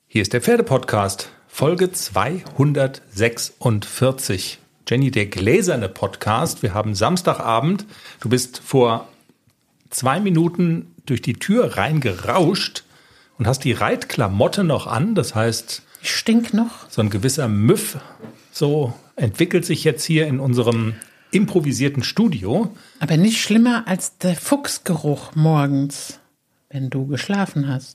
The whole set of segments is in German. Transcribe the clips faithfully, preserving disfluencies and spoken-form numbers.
Hier ist der Pferdepodcast, Folge zweihundertsechsundvierzig. Jenny, der gläserne Podcast. Wir haben Samstagabend. Du bist vor zwei Minuten durch die Tür reingerauscht und hast die Reitklamotte noch an. Das heißt, ich stink noch. So ein gewisser Müff so entwickelt sich jetzt hier in unserem improvisierten Studio. Aber nicht schlimmer als der Fuchsgeruch morgens, wenn du geschlafen hast.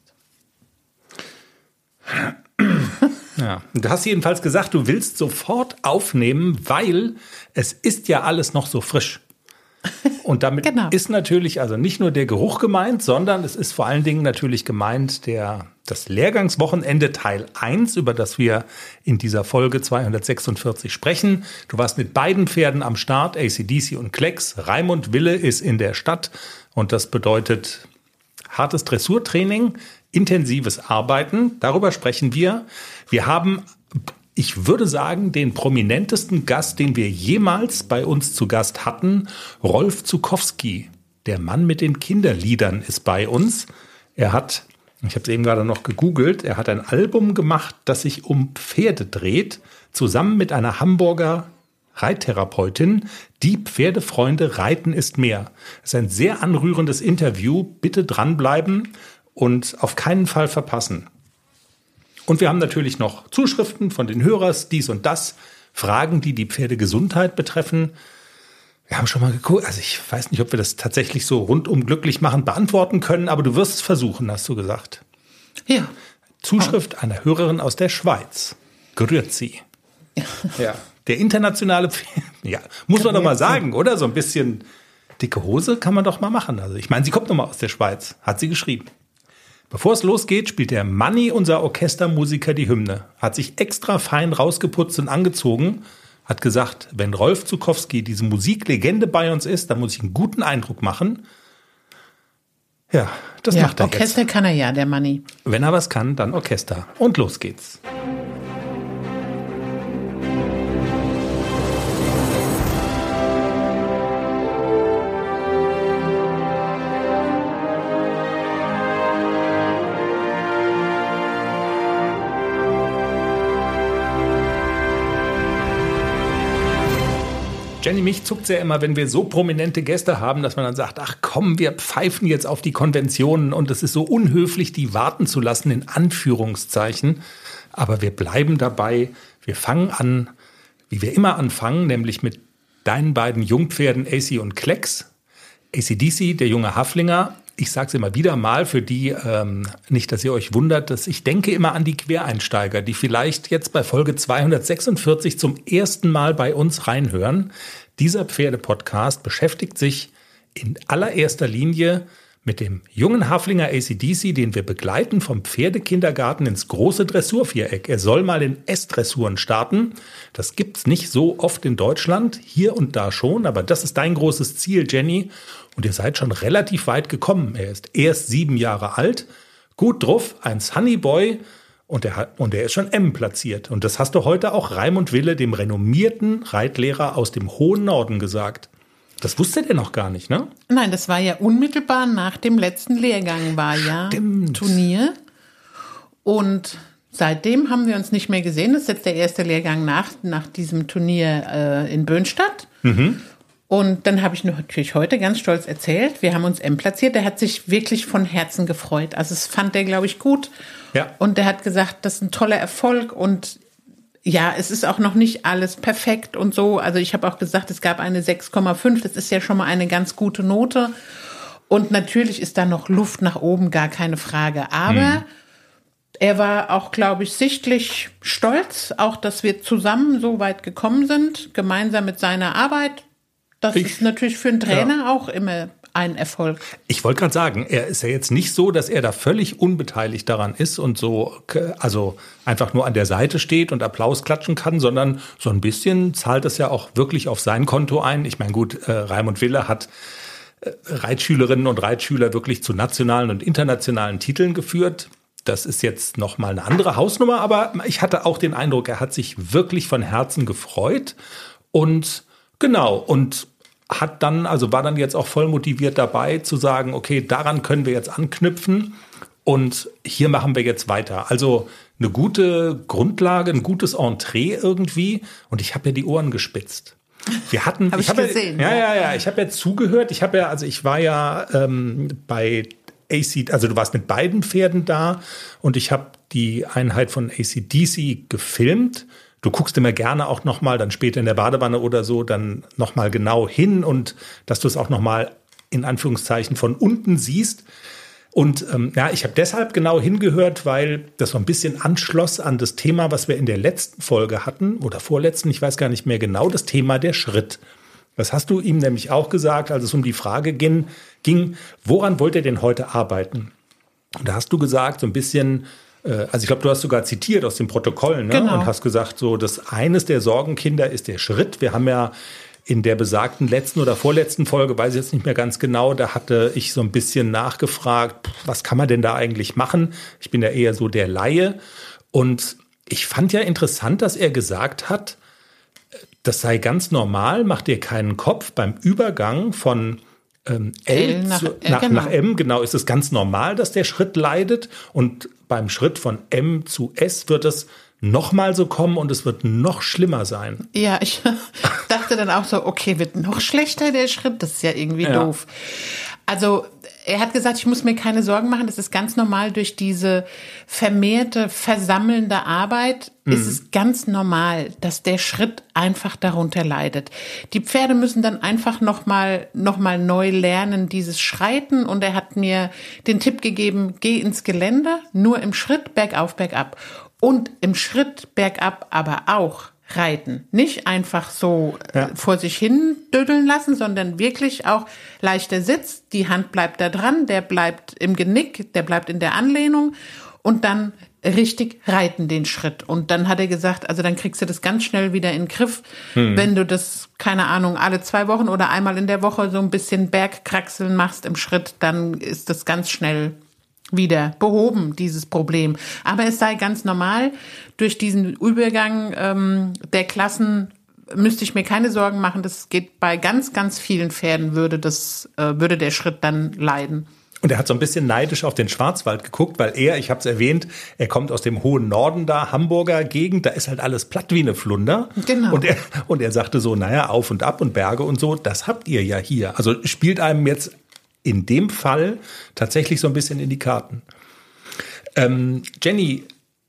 Ja, du hast jedenfalls gesagt, du willst sofort aufnehmen, weil es ist ja alles noch so frisch. Und damit genau. ist natürlich also nicht nur der Geruch gemeint, sondern es ist vor allen Dingen natürlich gemeint der, das Lehrgangswochenende Teil eins, über das wir in dieser Folge zweihundertsechsundvierzig sprechen. Du warst mit beiden Pferden am Start, A C D C und Klecks. Raimund Wille ist in der Stadt und das bedeutet hartes Dressurtraining, intensives Arbeiten. Darüber sprechen wir. Wir haben, ich würde sagen, den prominentesten Gast, den wir jemals bei uns zu Gast hatten. Rolf Zuckowski, der Mann mit den Kinderliedern, ist bei uns. Er hat, ich habe es eben gerade noch gegoogelt, er hat ein Album gemacht, das sich um Pferde dreht, zusammen mit einer Hamburger Reittherapeutin. Die Pferdefreunde reiten ist mehr. Es ist ein sehr anrührendes Interview. Bitte dranbleiben und auf keinen Fall verpassen. Und wir haben natürlich noch Zuschriften von den Hörern, dies und das, Fragen, die die Pferdegesundheit betreffen. Wir haben schon mal geguckt, also ich weiß nicht, ob wir das tatsächlich so rundum glücklich machen beantworten können, aber du wirst es versuchen, hast du gesagt. Ja. Zuschrift einer Hörerin aus der Schweiz. Grüezi. Ja. ja. Der internationale Pferd, ja, muss man doch mal sagen, oder? So ein bisschen dicke Hose kann man doch mal machen. Also ich meine, sie kommt noch mal aus der Schweiz, hat sie geschrieben. Bevor es losgeht, spielt der Manni, unser Orchestermusiker, die Hymne. Hat sich extra fein rausgeputzt und angezogen. Hat gesagt, wenn Rolf Zuckowski diese Musiklegende bei uns ist, dann muss ich einen guten Eindruck machen. Ja, das ja, macht er Orchester jetzt. kann er ja, der Manni. Wenn er was kann, dann Orchester. Und los geht's. Jenny, mich zuckt ja immer, wenn wir so prominente Gäste haben, dass man dann sagt, ach komm, wir pfeifen jetzt auf die Konventionen und es ist so unhöflich, die warten zu lassen, in Anführungszeichen. Aber wir bleiben dabei, wir fangen an, wie wir immer anfangen, nämlich mit deinen beiden Jungpferden A C und Klecks. A C D C, der junge Haflinger. Ich sage es immer wieder mal für die, ähm, nicht, dass ihr euch wundert, dass ich denke immer an die Quereinsteiger, die vielleicht jetzt bei Folge zweihundertsechsundvierzig zum ersten Mal bei uns reinhören. Dieser Pferdepodcast beschäftigt sich in allererster Linie mit dem jungen Haflinger A C D C, den wir begleiten vom Pferdekindergarten ins große Dressurviereck. Er soll mal in S-Dressuren starten. Das gibt's nicht so oft in Deutschland, hier und da schon, aber das ist dein großes Ziel, Jenny. Und ihr seid schon relativ weit gekommen. Er ist erst sieben Jahre alt, gut drauf, ein Sunnyboy und er, hat, und er ist schon M platziert. Und das hast du heute auch Raimund Wille, dem renommierten Reitlehrer aus dem hohen Norden, gesagt. Das wusste der noch gar nicht, ne? Nein, das war ja unmittelbar nach dem letzten Lehrgang, war ja Stimmt. Turnier. Und seitdem haben wir uns nicht mehr gesehen. Das ist jetzt der erste Lehrgang nach, nach diesem Turnier äh, in Böhnstadt. Mhm. Und dann habe ich natürlich heute ganz stolz erzählt, wir haben uns M platziert. Der hat sich wirklich von Herzen gefreut. Also das fand der, glaube ich, gut. Ja. Und der hat gesagt, das ist ein toller Erfolg und ja, es ist auch noch nicht alles perfekt und so. Also ich habe auch gesagt, es gab eine sechs Komma fünf. Das ist ja schon mal eine ganz gute Note. Und natürlich ist da noch Luft nach oben, gar keine Frage. Aber hm. er war auch, glaube ich, sichtlich stolz, auch dass wir zusammen so weit gekommen sind, gemeinsam mit seiner Arbeit. Das ich, ist natürlich für einen Trainer ja. auch immer ein Erfolg. Ich wollte gerade sagen, er ist ja jetzt nicht so, dass er da völlig unbeteiligt daran ist und so, also einfach nur an der Seite steht und Applaus klatschen kann, sondern so ein bisschen zahlt es ja auch wirklich auf sein Konto ein. Ich meine, gut, äh, Raimund Wille hat äh, Reitschülerinnen und Reitschüler wirklich zu nationalen und internationalen Titeln geführt. Das ist jetzt nochmal eine andere Hausnummer, aber ich hatte auch den Eindruck, er hat sich wirklich von Herzen gefreut und genau, und hat dann, also war dann jetzt auch voll motiviert dabei zu sagen, okay, daran können wir jetzt anknüpfen und hier machen wir jetzt weiter. Also eine gute Grundlage, ein gutes Entree irgendwie. Und ich habe ja die Ohren gespitzt. Wir hatten, hab ich, ich hab gesehen. Ja, ja, ja. Ich habe ja zugehört. Ich habe ja, also ich war ja ähm, bei A C, also du warst mit beiden Pferden da und ich habe die Einheit von A C D C gefilmt. Du guckst immer gerne auch noch mal dann später in der Badewanne oder so dann noch mal genau hin und dass du es auch noch mal in Anführungszeichen von unten siehst. Und ähm, ja, ich habe deshalb genau hingehört, weil das so ein bisschen anschloss an das Thema, was wir in der letzten Folge hatten oder vorletzten, ich weiß gar nicht mehr genau, das Thema der Schritt. Das hast du ihm nämlich auch gesagt, als es um die Frage ging, ging woran wollt ihr denn heute arbeiten? Und da hast du gesagt, so ein bisschen, äh, also ich glaube, du hast sogar zitiert aus dem Protokoll, ne? Genau. Und hast gesagt, so, dass eines der Sorgenkinder ist der Schritt. Wir haben ja in der besagten letzten oder vorletzten Folge, weiß ich jetzt nicht mehr ganz genau, da hatte ich so ein bisschen nachgefragt, was kann man denn da eigentlich machen? Ich bin ja eher so der Laie. Und ich fand ja interessant, dass er gesagt hat, das sei ganz normal, mach dir keinen Kopf beim Übergang von ähm, L, L nach, zu, äh, nach, genau. nach M. Genau, ist es ganz normal, dass der Schritt leidet. Und beim Schritt von M zu S wird es noch mal so kommen und es wird noch schlimmer sein. Ja, ich dachte dann auch so, okay, wird noch schlechter der Schritt? Das ist ja irgendwie ja. doof. Also er hat gesagt, ich muss mir keine Sorgen machen, das ist ganz normal durch diese vermehrte, versammelnde Arbeit, mhm. ist es ganz normal, dass der Schritt einfach darunter leidet. Die Pferde müssen dann einfach nochmal noch mal neu lernen, dieses Schreiten, und er hat mir den Tipp gegeben, geh ins Gelände, nur im Schritt, bergauf, bergab. Und im Schritt bergab aber auch reiten. Nicht einfach so ja. vor sich hin dödeln lassen, sondern wirklich auch leichter Sitz. Die Hand bleibt da dran, der bleibt im Genick, der bleibt in der Anlehnung und dann richtig reiten den Schritt. Und dann hat er gesagt, also dann kriegst du das ganz schnell wieder in den Griff, hm. wenn du das, keine Ahnung, alle zwei Wochen oder einmal in der Woche so ein bisschen Bergkraxeln machst im Schritt, dann ist das ganz schnell wieder behoben, dieses Problem. Aber es sei ganz normal, durch diesen Übergang ähm, der Klassen müsste ich mir keine Sorgen machen. Das geht bei ganz, ganz vielen Pferden, würde, das, äh, würde der Schritt dann leiden. Und er hat so ein bisschen neidisch auf den Schwarzwald geguckt, weil er, ich habe es erwähnt, er kommt aus dem hohen Norden da, Hamburger Gegend, da ist halt alles platt wie eine Flunder. Genau. Und er, und er sagte so, naja, auf und ab und Berge und so, das habt ihr ja hier. Also spielt einem jetzt in dem Fall tatsächlich so ein bisschen in die Karten. Ähm, Jenny,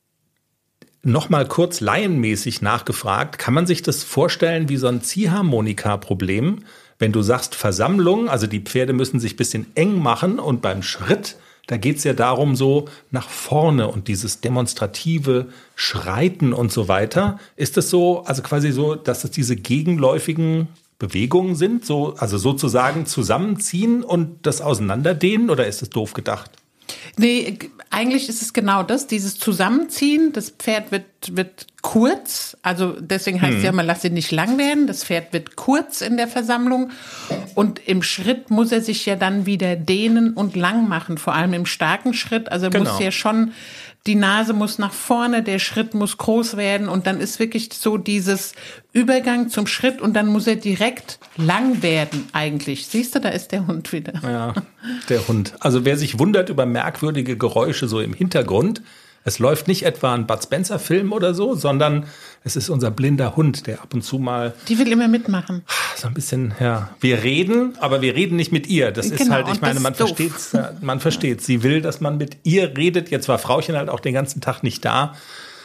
noch mal kurz laienmäßig nachgefragt, kann man sich das vorstellen wie so ein Ziehharmonika-Problem, wenn du sagst Versammlung, also die Pferde müssen sich ein bisschen eng machen und beim Schritt, da geht es ja darum so nach vorne und dieses demonstrative Schreiten und so weiter. Ist das so, also quasi so, dass es diese gegenläufigen Bewegungen sind, so, also sozusagen zusammenziehen und das auseinanderdehnen, oder ist das doof gedacht? Nee, eigentlich ist es genau das, dieses Zusammenziehen. Das Pferd wird, wird kurz, also deswegen heißt es hm. ja, man lass ihn nicht lang werden. Das Pferd wird kurz in der Versammlung und im Schritt muss er sich ja dann wieder dehnen und lang machen, vor allem im starken Schritt. Also genau. muss ja schon, die Nase muss nach vorne, der Schritt muss groß werden und dann ist wirklich so dieses Übergang zum Schritt und dann muss er direkt lang werden eigentlich. Siehst du, da ist der Hund wieder. Ja, der Hund. Also wer sich wundert über merkwürdige Geräusche so im Hintergrund, es läuft nicht etwa ein Bud Spencer-Film oder so, sondern es ist unser blinder Hund, der ab und zu mal... Die will immer mitmachen. So ein bisschen, ja. Wir reden, aber wir reden nicht mit ihr. Das genau, ist halt, ich meine, man versteht's, man versteht. Sie will, dass man mit ihr redet. Jetzt war Frauchen halt auch den ganzen Tag nicht da.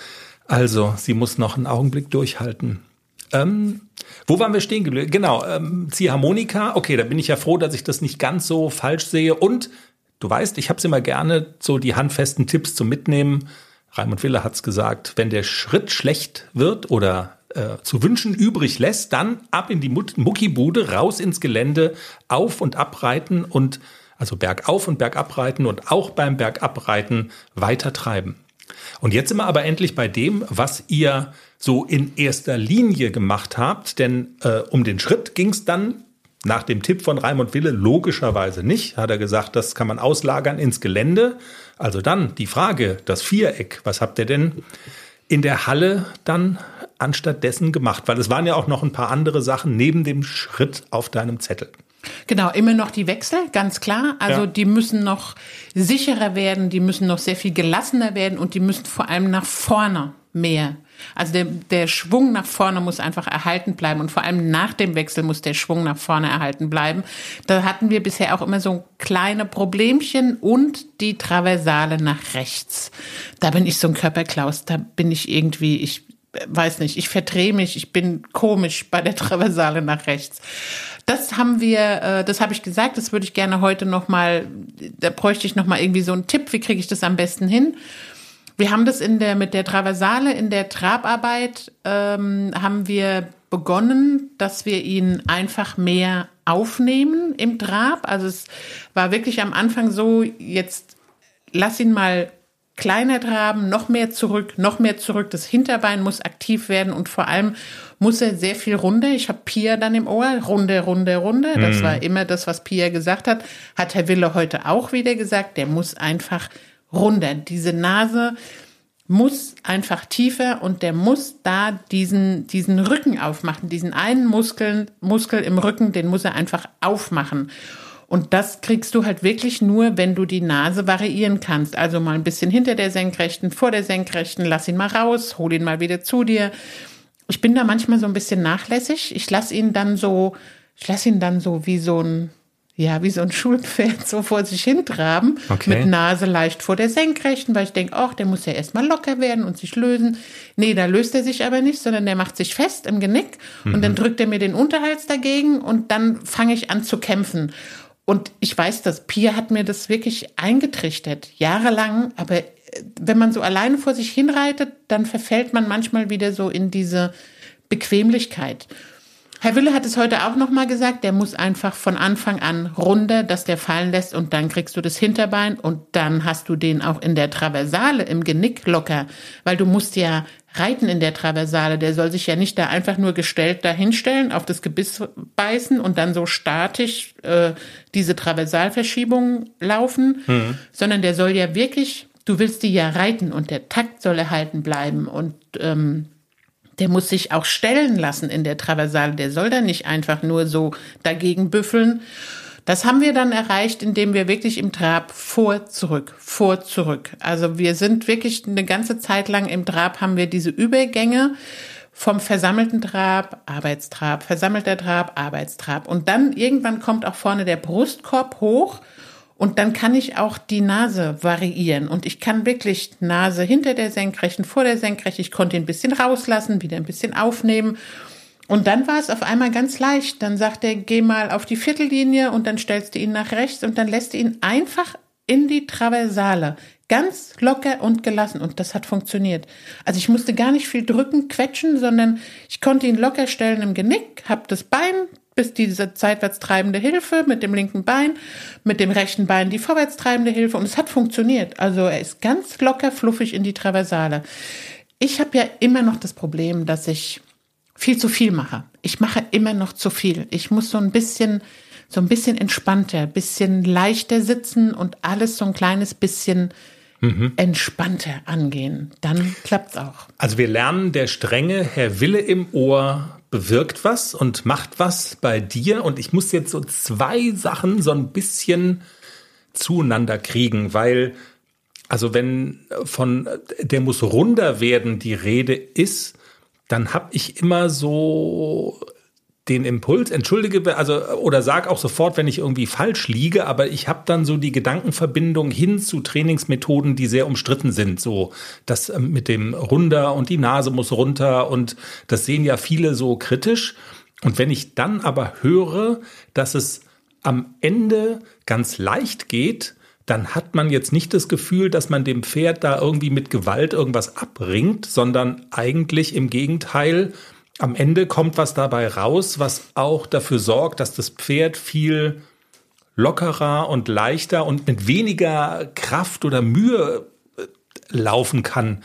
Also, sie muss noch einen Augenblick durchhalten. Ähm, wo waren wir stehen geblieben? Genau, ähm, Ziehharmonika. Okay, da bin ich ja froh, dass ich das nicht ganz so falsch sehe. Und du weißt, ich habe es immer gerne, so die handfesten Tipps zum Mitnehmen. Raimund Wille hat's gesagt, wenn der Schritt schlecht wird oder äh, zu wünschen übrig lässt, dann ab in die Muckibude, raus ins Gelände, auf- und abreiten und also bergauf und bergabreiten und auch beim Bergabreiten weiter treiben. Und jetzt sind wir aber endlich bei dem, was ihr so in erster Linie gemacht habt, denn äh, um den Schritt ging's dann nach dem Tipp von Raimund Wille logischerweise nicht, hat er gesagt, das kann man auslagern ins Gelände. Also dann die Frage, das Viereck, was habt ihr denn in der Halle dann anstatt dessen gemacht? Weil es waren ja auch noch ein paar andere Sachen neben dem Schritt auf deinem Zettel. Genau, immer noch die Wechsel, ganz klar. Also ja. die müssen noch sicherer werden, die müssen noch sehr viel gelassener werden und die müssen vor allem nach vorne mehr. Also der, der Schwung nach vorne muss einfach erhalten bleiben und vor allem nach dem Wechsel muss der Schwung nach vorne erhalten bleiben. Da hatten wir bisher auch immer so kleine Problemchen und die Traversale nach rechts. Da bin ich so ein Körperklaus, da bin ich irgendwie, ich weiß nicht, ich verdrehe mich, ich bin komisch bei der Traversale nach rechts. Das haben wir, das habe ich gesagt, das würde ich gerne heute noch mal, da bräuchte ich noch mal irgendwie so einen Tipp, wie kriege ich das am besten hin? Wir haben das in der, mit der Traversale, in der Trabarbeit, ähm, haben wir begonnen, dass wir ihn einfach mehr aufnehmen im Trab. Also es war wirklich am Anfang so, jetzt lass ihn mal kleiner traben, noch mehr zurück, noch mehr zurück. Das Hinterbein muss aktiv werden und vor allem muss er sehr viel runter. Ich habe Pia dann im Ohr, runter, runter, runter. Das mhm. war immer das, was Pia gesagt hat. Hat Herr Wille heute auch wieder gesagt, der muss einfach runter. Diese Nase muss einfach tiefer und der muss da diesen, diesen Rücken aufmachen. Diesen einen Muskel, Muskel im Rücken, den muss er einfach aufmachen. Und das kriegst du halt wirklich nur, wenn du die Nase variieren kannst. Also mal ein bisschen hinter der Senkrechten, vor der Senkrechten, lass ihn mal raus, hol ihn mal wieder zu dir. Ich bin da manchmal so ein bisschen nachlässig. Ich lass ihn dann so, ich lass ihn dann so wie so ein, ja, wie so ein Schulpferd so vor sich hintraben, okay. Mit Nase leicht vor der Senkrechten, weil ich denke, ach, der muss ja erstmal locker werden und sich lösen. Nee, da löst er sich aber nicht, sondern der macht sich fest im Genick mhm. und dann drückt er mir den Unterhals dagegen und dann fange ich an zu kämpfen. Und ich weiß das, Pia hat mir das wirklich eingetrichtert, jahrelang, aber wenn man so alleine vor sich hinreitet, dann verfällt man manchmal wieder so in diese Bequemlichkeit. Herr Wille hat es heute auch nochmal gesagt, der muss einfach von Anfang an runter, dass der fallen lässt und dann kriegst du das Hinterbein und dann hast du den auch in der Traversale, im Genick locker, weil du musst ja reiten in der Traversale, der soll sich ja nicht da einfach nur gestellt da hinstellen, auf das Gebiss beißen und dann so statisch äh, diese Traversalverschiebung laufen, mhm. sondern der soll ja wirklich, du willst die ja reiten und der Takt soll erhalten bleiben und ähm, der muss sich auch stellen lassen in der Traversale. Der soll da nicht einfach nur so dagegen büffeln. Das haben wir dann erreicht, indem wir wirklich im Trab vor, zurück, vor, zurück. Also wir sind wirklich eine ganze Zeit lang im Trab, haben wir diese Übergänge vom versammelten Trab, Arbeitstrab, versammelter Trab, Arbeitstrab. Und dann irgendwann kommt auch vorne der Brustkorb hoch. Und dann kann ich auch die Nase variieren. Und ich kann wirklich Nase hinter der Senkrechten, vor der Senkrechten. Ich konnte ihn ein bisschen rauslassen, wieder ein bisschen aufnehmen. Und dann war es auf einmal ganz leicht. Dann sagt er, geh mal auf die Viertellinie und dann stellst du ihn nach rechts und dann lässt du ihn einfach in die Traversale. Ganz locker und gelassen. Und das hat funktioniert. Also ich musste gar nicht viel drücken, quetschen, sondern ich konnte ihn locker stellen im Genick, hab das Bein bis diese seitwärts treibende Hilfe mit dem linken Bein, mit dem rechten Bein die vorwärts treibende Hilfe und es hat funktioniert. Also er ist ganz locker, fluffig in die Traversale. Ich habe ja immer noch das Problem, dass ich viel zu viel mache. Ich mache immer noch zu viel. Ich muss so ein bisschen, so ein bisschen entspannter, ein bisschen leichter sitzen und alles so ein kleines bisschen mhm. entspannter angehen. Dann klappt's auch. Also wir lernen, der strenge Herr Wille im Ohr bewirkt was und macht was bei dir. Und ich muss jetzt so zwei Sachen so ein bisschen zueinander kriegen, weil, also wenn von der muss runder werden die Rede ist, dann habe ich immer so den Impuls, entschuldige, also oder sag auch sofort, wenn ich irgendwie falsch liege, aber ich habe dann so die Gedankenverbindung hin zu Trainingsmethoden, die sehr umstritten sind, so das mit dem runter und die Nase muss runter und das sehen ja viele so kritisch. Und wenn ich dann aber höre, dass es am Ende ganz leicht geht, dann hat man jetzt nicht das Gefühl, dass man dem Pferd da irgendwie mit Gewalt irgendwas abringt, sondern eigentlich im Gegenteil, am Ende kommt was dabei raus, was auch dafür sorgt, dass das Pferd viel lockerer und leichter und mit weniger Kraft oder Mühe laufen kann.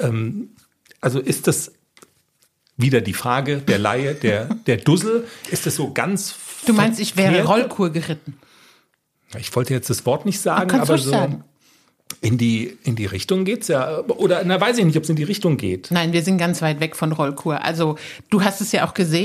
Also ist das wieder die Frage, der Laie, der, der Dussel, ist das so ganz... Du meinst, ich wäre Rollkur geritten? Ich wollte jetzt das Wort nicht sagen, Ach, aber so sagen. In die, in die Richtung geht's ja. Oder na, weiß ich nicht, ob es in die Richtung geht. Nein, wir sind ganz weit weg von Rollkur. Also du hast es ja auch gesehen.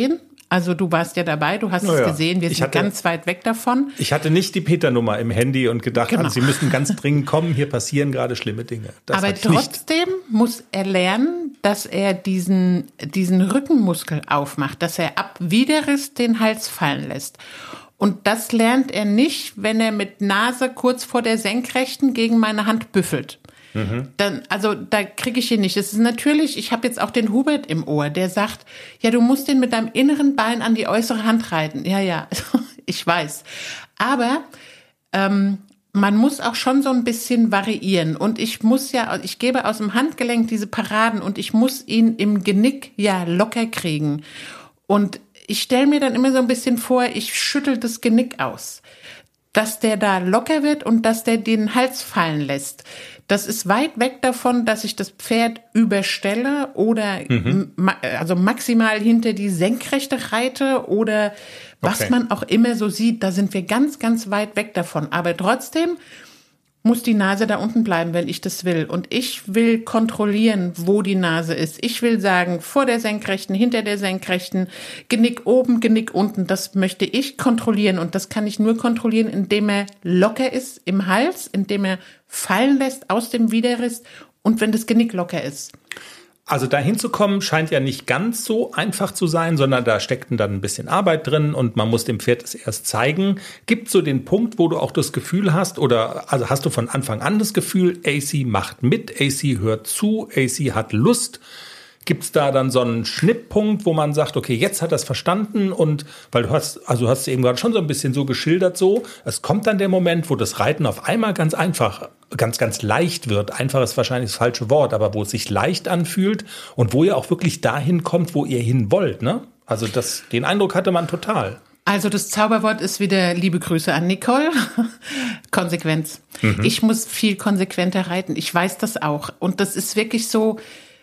Also du warst ja dabei, du hast naja, es gesehen, wir sind hatte, ganz weit weg davon. Ich hatte nicht die Peter-Nummer im Handy und gedacht, genau. also, Sie müssen ganz dringend kommen, hier passieren gerade schlimme Dinge. Das Aber trotzdem nicht. muss er lernen, dass er diesen, diesen Rückenmuskel aufmacht, dass er ab Widerriss den Hals fallen lässt. Und das lernt er nicht, wenn er mit Nase kurz vor der Senkrechten gegen meine Hand büffelt. Mhm. Dann, also da kriege ich ihn nicht. Es ist natürlich, ich habe jetzt auch den Hubert im Ohr, der sagt, ja, du musst den mit deinem inneren Bein an die äußere Hand reiten. Ja, ja, ich weiß. Aber ähm, man muss auch schon so ein bisschen variieren. Und ich muss ja, ich gebe aus dem Handgelenk diese Paraden und ich muss ihn im Genick ja locker kriegen. Und ich stelle mir dann immer so ein bisschen vor, ich schüttel das Genick aus. Dass der da locker wird und dass der den Hals fallen lässt. Das ist weit weg davon, dass ich das Pferd überstelle oder mhm. ma- also maximal hinter die Senkrechte reite oder was okay. man auch immer so sieht. Da sind wir ganz, ganz weit weg davon. Aber trotzdem muss die Nase da unten bleiben, wenn ich das will. Und ich will kontrollieren, wo die Nase ist. Ich will sagen, vor der Senkrechten, hinter der Senkrechten, Genick oben, Genick unten. Das möchte ich kontrollieren. Und das kann ich nur kontrollieren, indem er locker ist im Hals, indem er fallen lässt aus dem Widerriss und wenn das Genick locker ist. Also dahin zu kommen, scheint ja nicht ganz so einfach zu sein, sondern da steckt dann ein bisschen Arbeit drin und man muss dem Pferd es erst zeigen. Gibt es so den Punkt, wo du auch das Gefühl hast, oder also hast du von Anfang an das Gefühl, A C macht mit, A C hört zu, A C hat Lust? Gibt es da dann so einen Schnittpunkt, wo man sagt, okay, jetzt hat er es verstanden und weil du hast, also du hast es eben gerade schon so ein bisschen so geschildert so, es kommt dann der Moment, wo das Reiten auf einmal ganz einfach, ganz, ganz leicht wird. Einfach ist wahrscheinlich das falsche Wort, aber wo es sich leicht anfühlt und wo ihr auch wirklich dahin kommt, wo ihr hin wollt, ne? Also das, den Eindruck hatte man total. Also das Zauberwort ist wieder liebe Grüße an Nicole. Konsequenz. Mhm. Ich muss viel konsequenter reiten. Ich weiß das auch. Und das ist wirklich so,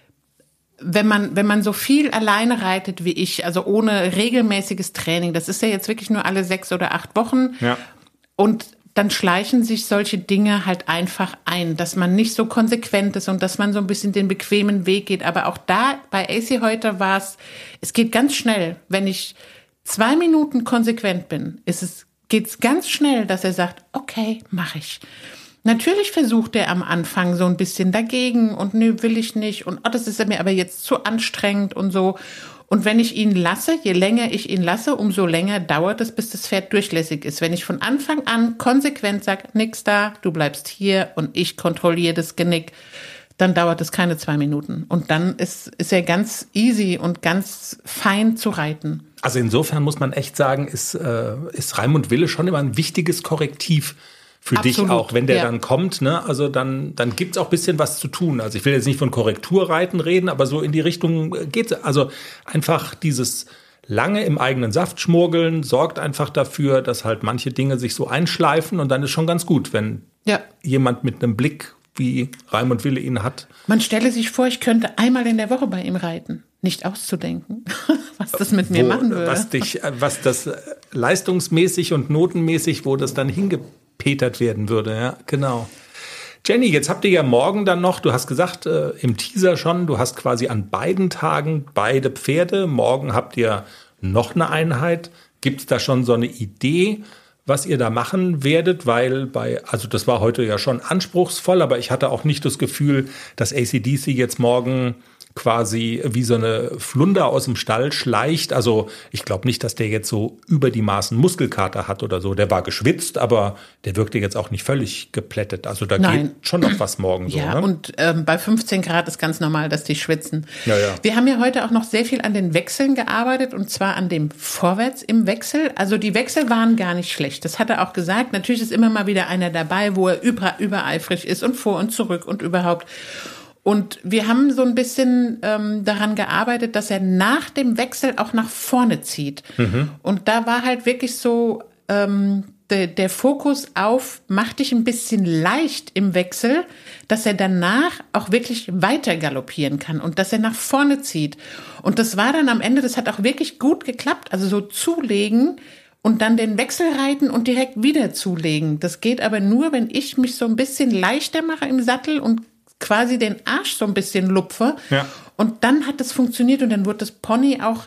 wenn man, wenn man so viel alleine reitet wie ich, also ohne regelmäßiges Training, das ist ja jetzt wirklich nur alle sechs oder acht Wochen. Ja. Und dann schleichen sich solche Dinge halt einfach ein, dass man nicht so konsequent ist und dass man so ein bisschen den bequemen Weg geht. Aber auch da bei A C heute war es, es geht ganz schnell. Wenn ich zwei Minuten konsequent bin, ist es, geht's ganz schnell, dass er sagt, okay, mach ich. Natürlich versucht er am Anfang so ein bisschen dagegen und nö, will ich nicht und oh, das ist mir aber jetzt zu anstrengend und so. Und wenn ich ihn lasse, je länger ich ihn lasse, umso länger dauert es, bis das Pferd durchlässig ist. Wenn ich von Anfang an konsequent sage, nix da, du bleibst hier und ich kontrolliere das Genick, dann dauert es keine zwei Minuten. Und dann ist, ist er ganz easy und ganz fein zu reiten. Also insofern muss man echt sagen, ist, äh, ist Raimund Wille schon immer ein wichtiges Korrektiv für Absolut, dich auch, wenn der ja. dann kommt, ne? Also dann, dann gibt's auch ein bisschen was zu tun. Also ich will jetzt nicht von Korrekturreiten reden, aber so in die Richtung geht's. Also einfach dieses lange im eigenen Saft schmurgeln sorgt einfach dafür, dass halt manche Dinge sich so einschleifen und dann ist schon ganz gut, wenn ja. jemand mit einem Blick, wie Raimund Wille ihn hat. Man stelle sich vor, ich könnte einmal in der Woche bei ihm reiten. Nicht auszudenken, was das mit mir wo, machen würde. Was dich, was das leistungsmäßig und notenmäßig, wo das dann hingepetert werden würde, ja, genau. Jenny, jetzt habt ihr ja morgen dann noch, du hast gesagt, äh, im Teaser schon, du hast quasi an beiden Tagen beide Pferde. Morgen habt ihr noch eine Einheit. Gibt es da schon so eine Idee, was ihr da machen werdet? Weil bei, also das war heute ja schon anspruchsvoll, aber ich hatte auch nicht das Gefühl, dass A C D C jetzt morgen quasi wie so eine Flunder aus dem Stall schleicht. Also ich glaube nicht, dass der jetzt so über die Maßen Muskelkater hat oder so. Der war geschwitzt, aber der wirkte jetzt auch nicht völlig geplättet. Also da Nein. geht schon noch was morgen so. Ja, ne? und ähm, bei fünfzehn Grad ist ganz normal, dass die schwitzen. Ja, ja. Wir haben ja heute auch noch sehr viel an den Wechseln gearbeitet und zwar an dem Vorwärts im Wechsel. Also die Wechsel waren gar nicht schlecht. Das hat er auch gesagt. Natürlich ist immer mal wieder einer dabei, wo er über, übereifrig ist und vor und zurück und überhaupt. Und wir haben so ein bisschen ähm, daran gearbeitet, dass er nach dem Wechsel auch nach vorne zieht. Mhm. Und da war halt wirklich so ähm, de, der Fokus auf, mach dich ein bisschen leicht im Wechsel, dass er danach auch wirklich weiter galoppieren kann und dass er nach vorne zieht. Und das war dann am Ende, das hat auch wirklich gut geklappt. Also so zulegen und dann den Wechsel reiten und direkt wieder zulegen. Das geht aber nur, wenn ich mich so ein bisschen leichter mache im Sattel und quasi den Arsch so ein bisschen lupfe. Ja. Und dann hat es funktioniert und dann wurde das Pony auch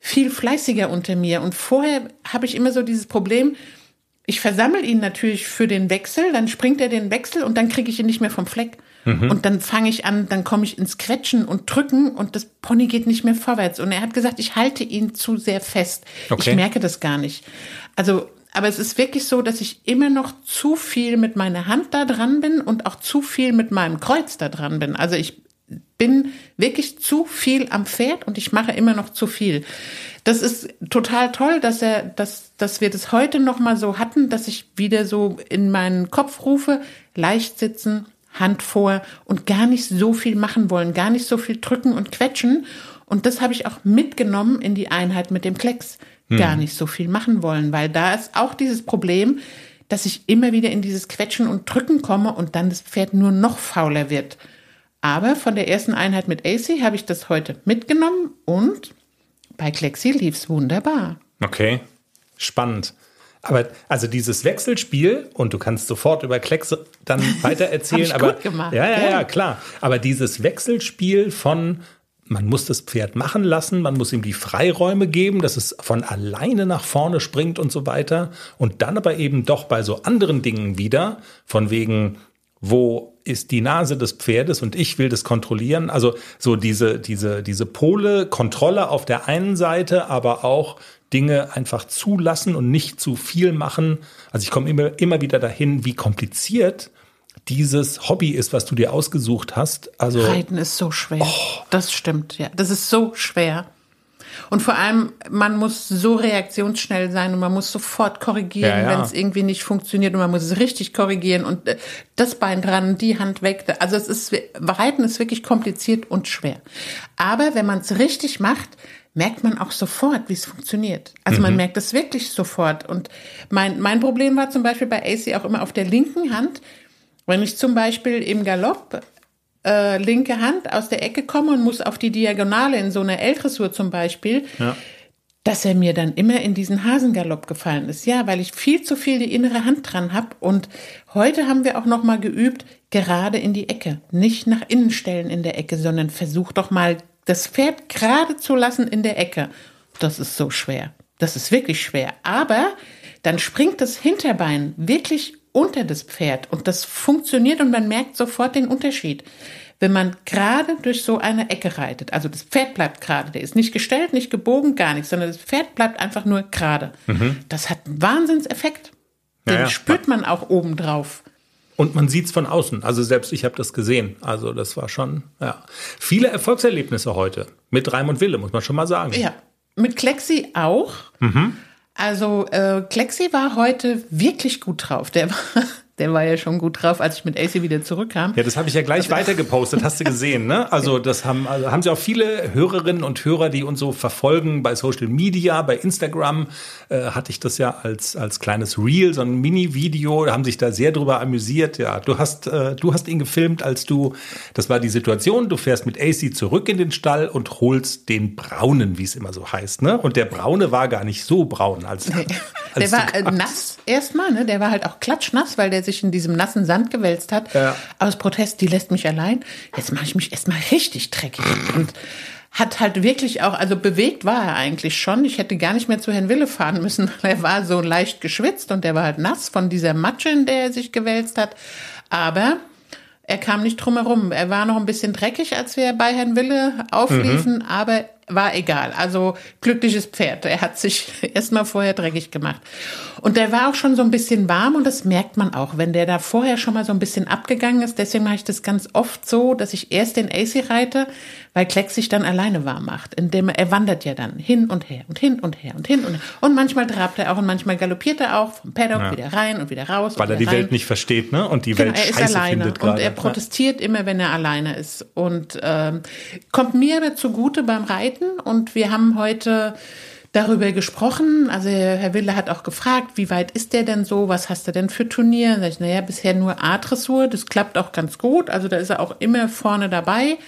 viel fleißiger unter mir. Und vorher habe ich immer so dieses Problem, ich versammle ihn natürlich für den Wechsel, dann springt er den Wechsel und dann kriege ich ihn nicht mehr vom Fleck. Mhm. Und dann fange ich an, dann komme ich ins Quetschen und Drücken und das Pony geht nicht mehr vorwärts. Und er hat gesagt, ich halte ihn zu sehr fest. Okay. Ich merke das gar nicht. Also, aber es ist wirklich so, dass ich immer noch zu viel mit meiner Hand da dran bin und auch zu viel mit meinem Kreuz da dran bin. Also ich bin wirklich zu viel am Pferd und ich mache immer noch zu viel. Das ist total toll, dass er, dass, dass wir das heute noch mal so hatten, dass ich wieder so in meinen Kopf rufe, leicht sitzen, Hand vor und gar nicht so viel machen wollen, gar nicht so viel drücken und quetschen. Und das habe ich auch mitgenommen in die Einheit mit dem Klecks. Hm. Gar nicht so viel machen wollen, weil da ist auch dieses Problem, dass ich immer wieder in dieses Quetschen und Drücken komme und dann das Pferd nur noch fauler wird. Aber von der ersten Einheit mit A C habe ich das heute mitgenommen und bei Klexi lief es wunderbar. Okay, spannend. Aber also dieses Wechselspiel, und du kannst sofort über Klecks dann weiter erzählen. Hab ich aber gut gemacht. Ja, ja, ja, ja, klar. Aber dieses Wechselspiel von, man muss das Pferd machen lassen, man muss ihm die Freiräume geben, dass es von alleine nach vorne springt und so weiter. Und dann aber eben doch bei so anderen Dingen wieder, von wegen, wo ist die Nase des Pferdes und ich will das kontrollieren. Also so diese, diese, diese Pole, Kontrolle auf der einen Seite, aber auch Dinge einfach zulassen und nicht zu viel machen. Also ich komme immer, immer wieder dahin, wie kompliziert dieses Hobby ist, was du dir ausgesucht hast. Also Reiten ist so schwer. Oh. Das stimmt, ja. Das ist so schwer. Und vor allem, man muss so reaktionsschnell sein und man muss sofort korrigieren, ja, ja. wenn es irgendwie nicht funktioniert und man muss es richtig korrigieren und das Bein dran, die Hand weg. Also es ist, Reiten ist wirklich kompliziert und schwer. Aber wenn man es richtig macht, merkt man auch sofort, wie es funktioniert. Also mhm. man merkt es wirklich sofort. Und mein, mein Problem war zum Beispiel bei A C auch immer auf der linken Hand, wenn ich zum Beispiel im Galopp Äh, linke Hand aus der Ecke komme und muss auf die Diagonale in so einer L-Dressur zum Beispiel, ja. dass er mir dann immer in diesen Hasengalopp gefallen ist. Ja, weil ich viel zu viel die innere Hand dran habe. Und heute haben wir auch noch mal geübt, gerade in die Ecke. Nicht nach innen stellen in der Ecke, sondern versuch doch mal, das Pferd gerade zu lassen in der Ecke. Das ist so schwer. Das ist wirklich schwer. Aber dann springt das Hinterbein wirklich unter das Pferd und das funktioniert und man merkt sofort den Unterschied. Wenn man gerade durch so eine Ecke reitet, also das Pferd bleibt gerade, der ist nicht gestellt, nicht gebogen, gar nichts, sondern das Pferd bleibt einfach nur gerade. Mhm. Das hat einen Wahnsinnseffekt. Den ja, ja. spürt man auch obendrauf. Und man sieht es von außen. Also selbst ich habe das gesehen. Also das war schon, ja. Viele Erfolgserlebnisse heute. Mit Raimund Wille, muss man schon mal sagen. Ja, mit Klexi auch. Mhm. Also äh, Klexi war heute wirklich gut drauf. Der war, der war ja schon gut drauf, als ich mit A C wieder zurückkam. Ja, das habe ich ja gleich also, weiter gepostet, hast du gesehen, ne? Also das haben, also haben sie auch viele Hörerinnen und Hörer, die uns so verfolgen bei Social Media, bei Instagram äh, hatte ich das ja als als kleines Reel, so ein Mini-Video, haben sich da sehr drüber amüsiert. Ja, du hast äh, du hast ihn gefilmt, als du, das war die Situation, du fährst mit A C zurück in den Stall und holst den Braunen, wie es immer so heißt, ne? Und der Braune war gar nicht so braun als, nee. als der war äh, nass erstmal, ne? Der war halt auch klatschnass, weil der sich in diesem nassen Sand gewälzt hat. Ja. Aus Protest, die lässt mich allein. Jetzt mache ich mich erstmal richtig dreckig. Und hat halt wirklich auch, also bewegt war er eigentlich schon. Ich hätte gar nicht mehr zu Herrn Wille fahren müssen. Er war so leicht geschwitzt und der war halt nass von dieser Matsche, in der er sich gewälzt hat. Aber er kam nicht drum herum. Er war noch ein bisschen dreckig, als wir bei Herrn Wille aufliefen, mhm. aber war egal. Also glückliches Pferd. Er hat sich erstmal vorher dreckig gemacht. Und der war auch schon so ein bisschen warm und das merkt man auch, wenn der da vorher schon mal so ein bisschen abgegangen ist. Deswegen mache ich das ganz oft so, dass ich erst den A C reite, weil Klecks sich dann alleine warm macht. Indem er, er wandert ja dann hin und her und hin und her und hin und her. Und manchmal trabt er auch und manchmal galoppiert er auch vom Paddock ja. wieder rein und wieder raus. Weil er die rein. Welt nicht versteht, ne? Und die genau, Welt er ist scheiße alleine findet gerade. Und er protestiert ja. immer, wenn er alleine ist. Und ähm, kommt mir aber zugute beim Reiten. Und wir haben heute darüber gesprochen. Also Herr Wille hat auch gefragt, wie weit ist der denn so? Was hast du denn für Turniere? Sag ich, naja, bisher nur A-Dressur. Das klappt auch ganz gut. Also da ist er auch immer vorne dabei.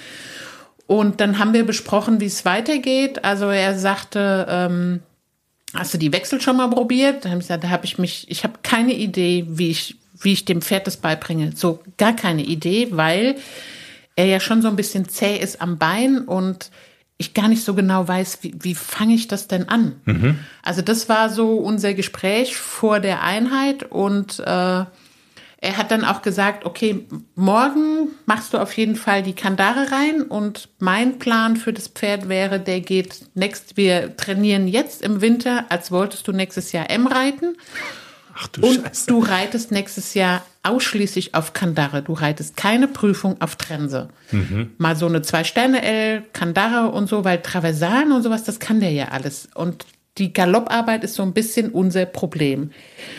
Und dann haben wir besprochen, wie es weitergeht. Also er sagte, ähm, hast du die Wechsel schon mal probiert? Da habe ich gesagt, da habe ich mich, ich habe keine Idee, wie ich, wie ich dem Pferd das beibringe. So gar keine Idee, weil er ja schon so ein bisschen zäh ist am Bein und ich gar nicht so genau weiß, wie, wie fange ich das denn an? Mhm. Also das war so unser Gespräch vor der Einheit und äh, er hat dann auch gesagt, okay, morgen machst du auf jeden Fall die Kandare rein und mein Plan für das Pferd wäre, der geht next, wir trainieren jetzt im Winter, als wolltest du nächstes Jahr M reiten. Ach du und Scheiße. Du reitest nächstes Jahr ausschließlich auf Kandare. Du reitest keine Prüfung auf Trense. Mhm. Mal so eine Zwei-Sterne-L, Kandare und so, weil Traversalen und sowas, das kann der ja alles. Und die Galopparbeit ist so ein bisschen unser Problem.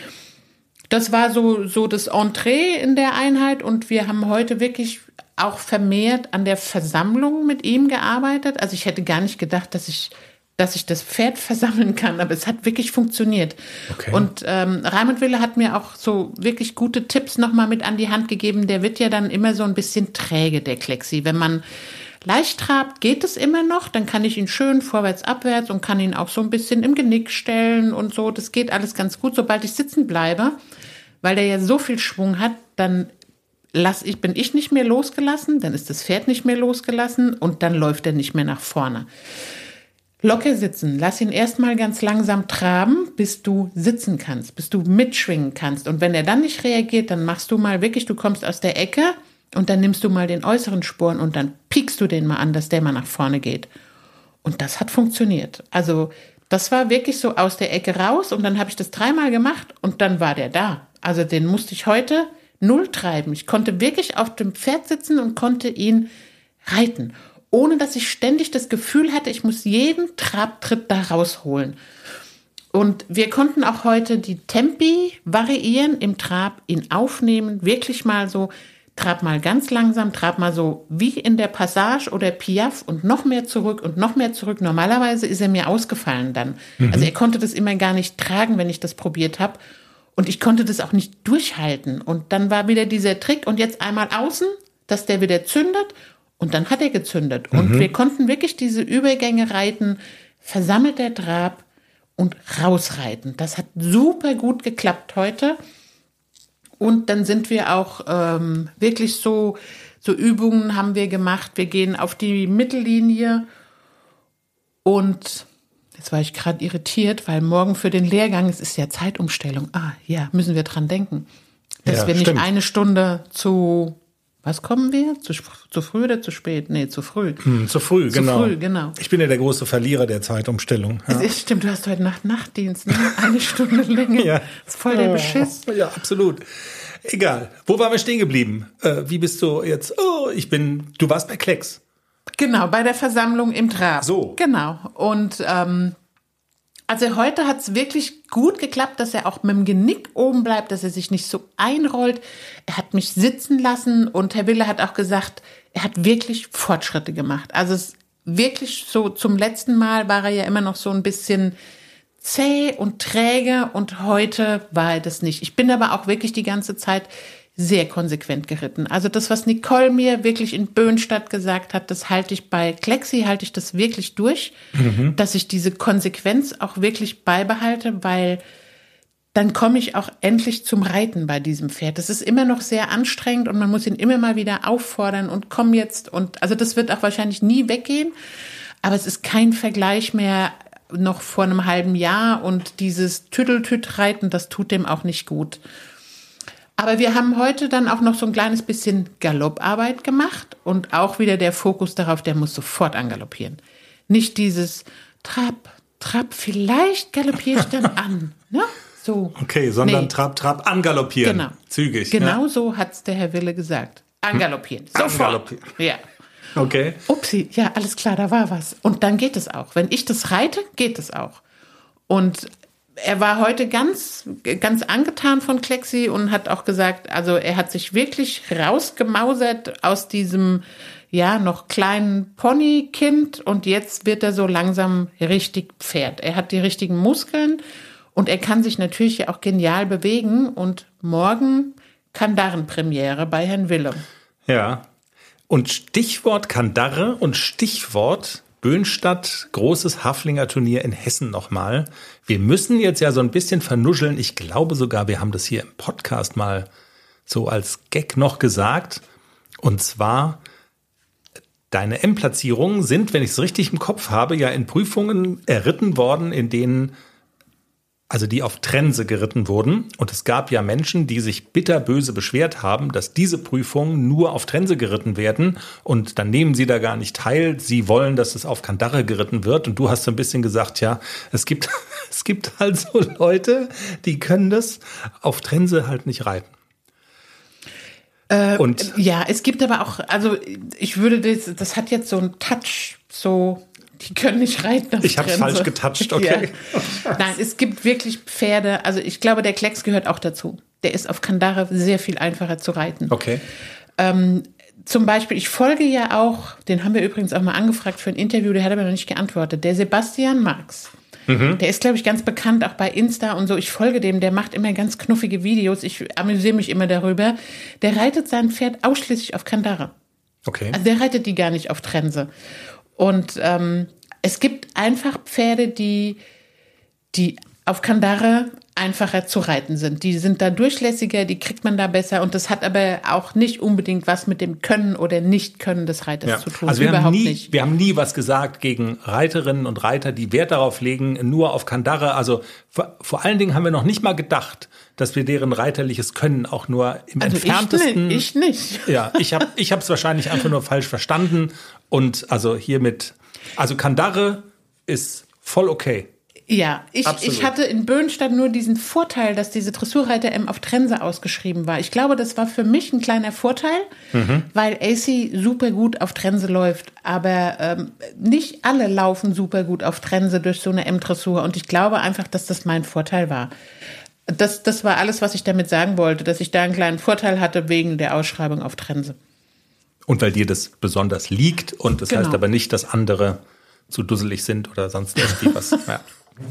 Das war so, so das Entree in der Einheit und wir haben heute wirklich auch vermehrt an der Versammlung mit ihm gearbeitet. Also ich hätte gar nicht gedacht, dass ich, dass ich das Pferd versammeln kann, aber es hat wirklich funktioniert. Okay. Und ähm, Raimund Wille hat mir auch so wirklich gute Tipps nochmal mit an die Hand gegeben. Der wird ja dann immer so ein bisschen träge, der Klexi. Wenn man leicht trabt, geht es immer noch, dann kann ich ihn schön vorwärts, abwärts und kann ihn auch so ein bisschen im Genick stellen und so. Das geht alles ganz gut. Sobald ich sitzen bleibe, weil der ja so viel Schwung hat, dann lass ich, bin ich nicht mehr losgelassen, dann ist das Pferd nicht mehr losgelassen und dann läuft er nicht mehr nach vorne. Locker sitzen, lass ihn erstmal ganz langsam traben, bis du sitzen kannst, bis du mitschwingen kannst. Und wenn er dann nicht reagiert, dann machst du mal wirklich, du kommst aus der Ecke und dann nimmst du mal den äußeren Sporen und dann piekst du den mal an, dass der mal nach vorne geht. Und das hat funktioniert. Also das war wirklich so aus der Ecke raus und dann habe ich das dreimal gemacht und dann war der da. Also den musste ich heute null treiben. Ich konnte wirklich auf dem Pferd sitzen und konnte ihn reiten, ohne dass ich ständig das Gefühl hatte, ich muss jeden Trabtritt da rausholen. Und wir konnten auch heute die Tempi variieren im Trab, ihn aufnehmen, wirklich mal so, trab mal ganz langsam, trab mal so wie in der Passage oder Piaffe und noch mehr zurück und noch mehr zurück. Normalerweise ist er mir ausgefallen dann. Mhm. Also er konnte das immer gar nicht tragen, wenn ich das probiert habe. Und ich konnte das auch nicht durchhalten. Und dann war wieder dieser Trick und jetzt einmal außen, dass der wieder zündet. Und dann hat er gezündet. Mhm. Und wir konnten wirklich diese Übergänge reiten, versammelt der Trab und rausreiten. Das hat super gut geklappt heute. Und dann sind wir auch ähm, wirklich so, so Übungen haben wir gemacht. Wir gehen auf die Mittellinie und jetzt war ich gerade irritiert, weil morgen für den Lehrgang, es ist ja Zeitumstellung. Ah, ja, müssen wir dran denken. Dass ja, wir nicht stimmt. eine Stunde zu, was kommen wir? Zu, zu früh oder zu spät? Nee, zu früh. Hm, zu früh, zu genau. früh, genau. Ich bin ja der große Verlierer der Zeitumstellung. Ja. Es ist, stimmt, du hast heute Nacht Nachtdienst, ne? Eine Stunde länger. Ja. Das ist voll der Beschiss. Ja, absolut. Egal. Wo waren wir stehen geblieben? Äh, wie bist du jetzt? Oh, ich bin, du warst bei Klecks. Genau, bei der Versammlung im Trab. So. Genau. Und ähm, also heute hat es wirklich gut geklappt, dass er auch mit dem Genick oben bleibt, dass er sich nicht so einrollt. Er hat mich sitzen lassen und Herr Wille hat auch gesagt, er hat wirklich Fortschritte gemacht. Also es wirklich so zum letzten Mal war er ja immer noch so ein bisschen zäh und träge und heute war er das nicht. Ich bin aber auch wirklich die ganze Zeit sehr konsequent geritten. Also das, was Nicole mir wirklich in Böhnstadt gesagt hat, das halte ich bei Klexi, halte ich das wirklich durch, mhm. dass ich diese Konsequenz auch wirklich beibehalte, weil dann komme ich auch endlich zum Reiten bei diesem Pferd. Das ist immer noch sehr anstrengend und man muss ihn immer mal wieder auffordern und komm jetzt und also das wird auch wahrscheinlich nie weggehen, aber es ist kein Vergleich mehr noch vor einem halben Jahr und dieses Tütteltüt-Reiten, das tut dem auch nicht gut. Aber wir haben heute dann auch noch so ein kleines bisschen Galopparbeit gemacht und auch wieder der Fokus darauf, der muss sofort angaloppieren. Nicht dieses Trab, Trab, vielleicht galoppiere ich dann an. Ne? So. Okay, sondern nee. Trab, Trab, angaloppieren. Genau. Zügig. Genau ja. so hat es der Herr Wille gesagt. Angaloppieren. Hm. Sofort. Angaloppieren. Ja. Okay. Upsi, ja, alles klar, da war was. Und dann geht es auch. Wenn ich das reite, geht es auch. Und er war heute ganz, ganz angetan von Klexi und hat auch gesagt, also er hat sich wirklich rausgemausert aus diesem, ja, noch kleinen Ponykind und jetzt wird er so langsam richtig Pferd. Er hat die richtigen Muskeln und er kann sich natürlich ja auch genial bewegen und morgen Kandarenpremiere bei Herrn Wille. Ja. Und Stichwort Kandare und Stichwort Böhnstadt, großes Haflinger Turnier in Hessen nochmal. Wir müssen jetzt ja so ein bisschen vernuscheln. Ich glaube sogar, wir haben das hier im Podcast mal so als Gag noch gesagt. Und zwar, Deine M-Platzierungen sind, wenn ich es richtig im Kopf habe, ja in Prüfungen erritten worden, in denen, also die auf Trense geritten wurden. Und es gab ja Menschen, die sich bitterböse beschwert haben, dass diese Prüfungen nur auf Trense geritten werden. Und dann nehmen sie da gar nicht teil. Sie wollen, dass es auf Kandare geritten wird. Und du hast so ein bisschen gesagt, ja, es gibt, es gibt halt so Leute, die können das auf Trense halt nicht reiten. Äh, und ja, es gibt aber auch, also ich würde das, das hat jetzt so einen Touch, so, die können nicht reiten auf Ich habe falsch getoucht, okay. Ja. Nein, es gibt wirklich Pferde, also ich glaube, der Klecks gehört auch dazu. Der ist auf Kandare sehr viel einfacher zu reiten. Okay. Ähm, zum Beispiel, ich folge ja auch, den haben wir übrigens auch mal angefragt für ein Interview, der hat aber noch nicht geantwortet, der Sebastian Marx. Mhm. Der ist, glaube ich, ganz bekannt, auch bei Insta und so. Ich folge dem, der macht immer ganz knuffige Videos. Ich amüsiere mich immer darüber. Der reitet sein Pferd ausschließlich auf Kandare. Okay. Also der reitet die gar nicht auf Trense. Und ähm, es gibt einfach Pferde, die, die auf Kandare einfacher zu reiten sind. Die sind da durchlässiger, die kriegt man da besser. Und das hat aber auch nicht unbedingt was mit dem Können oder Nicht-Können des Reiters ja. zu tun. Also wir Überhaupt haben nie, nicht. Wir haben nie was gesagt gegen Reiterinnen und Reiter, die Wert darauf legen, nur auf Kandare. Also vor, vor allen Dingen haben wir noch nicht mal gedacht, dass wir deren reiterliches Können auch nur im also entferntesten... Ich, ne, ich nicht. Ja, ich habe ich habe es wahrscheinlich einfach nur falsch verstanden. Und also hiermit... Also Kandare ist voll okay. Ja, ich, ich hatte in Böhnstadt nur diesen Vorteil, dass diese Dressurreiter-M auf Trense ausgeschrieben war. Ich glaube, das war für mich ein kleiner Vorteil, mhm. weil A C super gut auf Trense läuft. Aber ähm, nicht alle laufen super gut auf Trense durch so eine M-Dressur. Und ich glaube einfach, dass das mein Vorteil war. Das, das war alles, was ich damit sagen wollte, dass ich da einen kleinen Vorteil hatte wegen der Ausschreibung auf Trense. Und weil dir das besonders liegt und das genau. heißt aber nicht, dass andere zu dusselig sind oder sonst irgendwie was. Ja.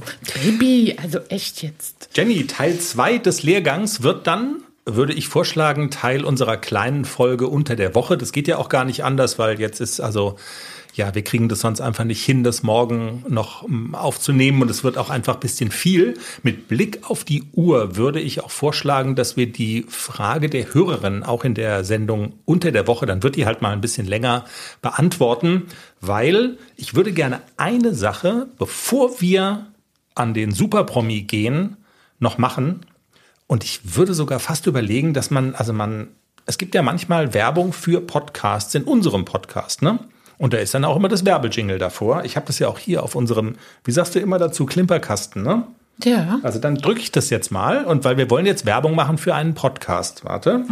Baby, also echt jetzt. Jenny, Teil zwei des Lehrgangs wird dann, würde ich vorschlagen, Teil unserer kleinen Folge unter der Woche. Das geht ja auch gar nicht anders, weil jetzt ist also, ja, wir kriegen das sonst einfach nicht hin, das morgen noch aufzunehmen und es wird auch einfach ein bisschen viel. Mit Blick auf die Uhr würde ich auch vorschlagen, dass wir die Frage der Hörerin auch in der Sendung unter der Woche, dann wird die halt mal ein bisschen länger beantworten, weil ich würde gerne eine Sache, bevor wir an den Superpromi gehen, noch machen. Und ich würde sogar fast überlegen, dass man, also man, es gibt ja manchmal Werbung für Podcasts in unserem Podcast, ne? Und da ist dann auch immer das Werbejingle davor. Ich habe das ja auch hier auf unserem, wie sagst du immer dazu, Klimperkasten, ne? Ja. Also dann drücke ich das jetzt mal. Und weil wir wollen jetzt Werbung machen für einen Podcast. Warte.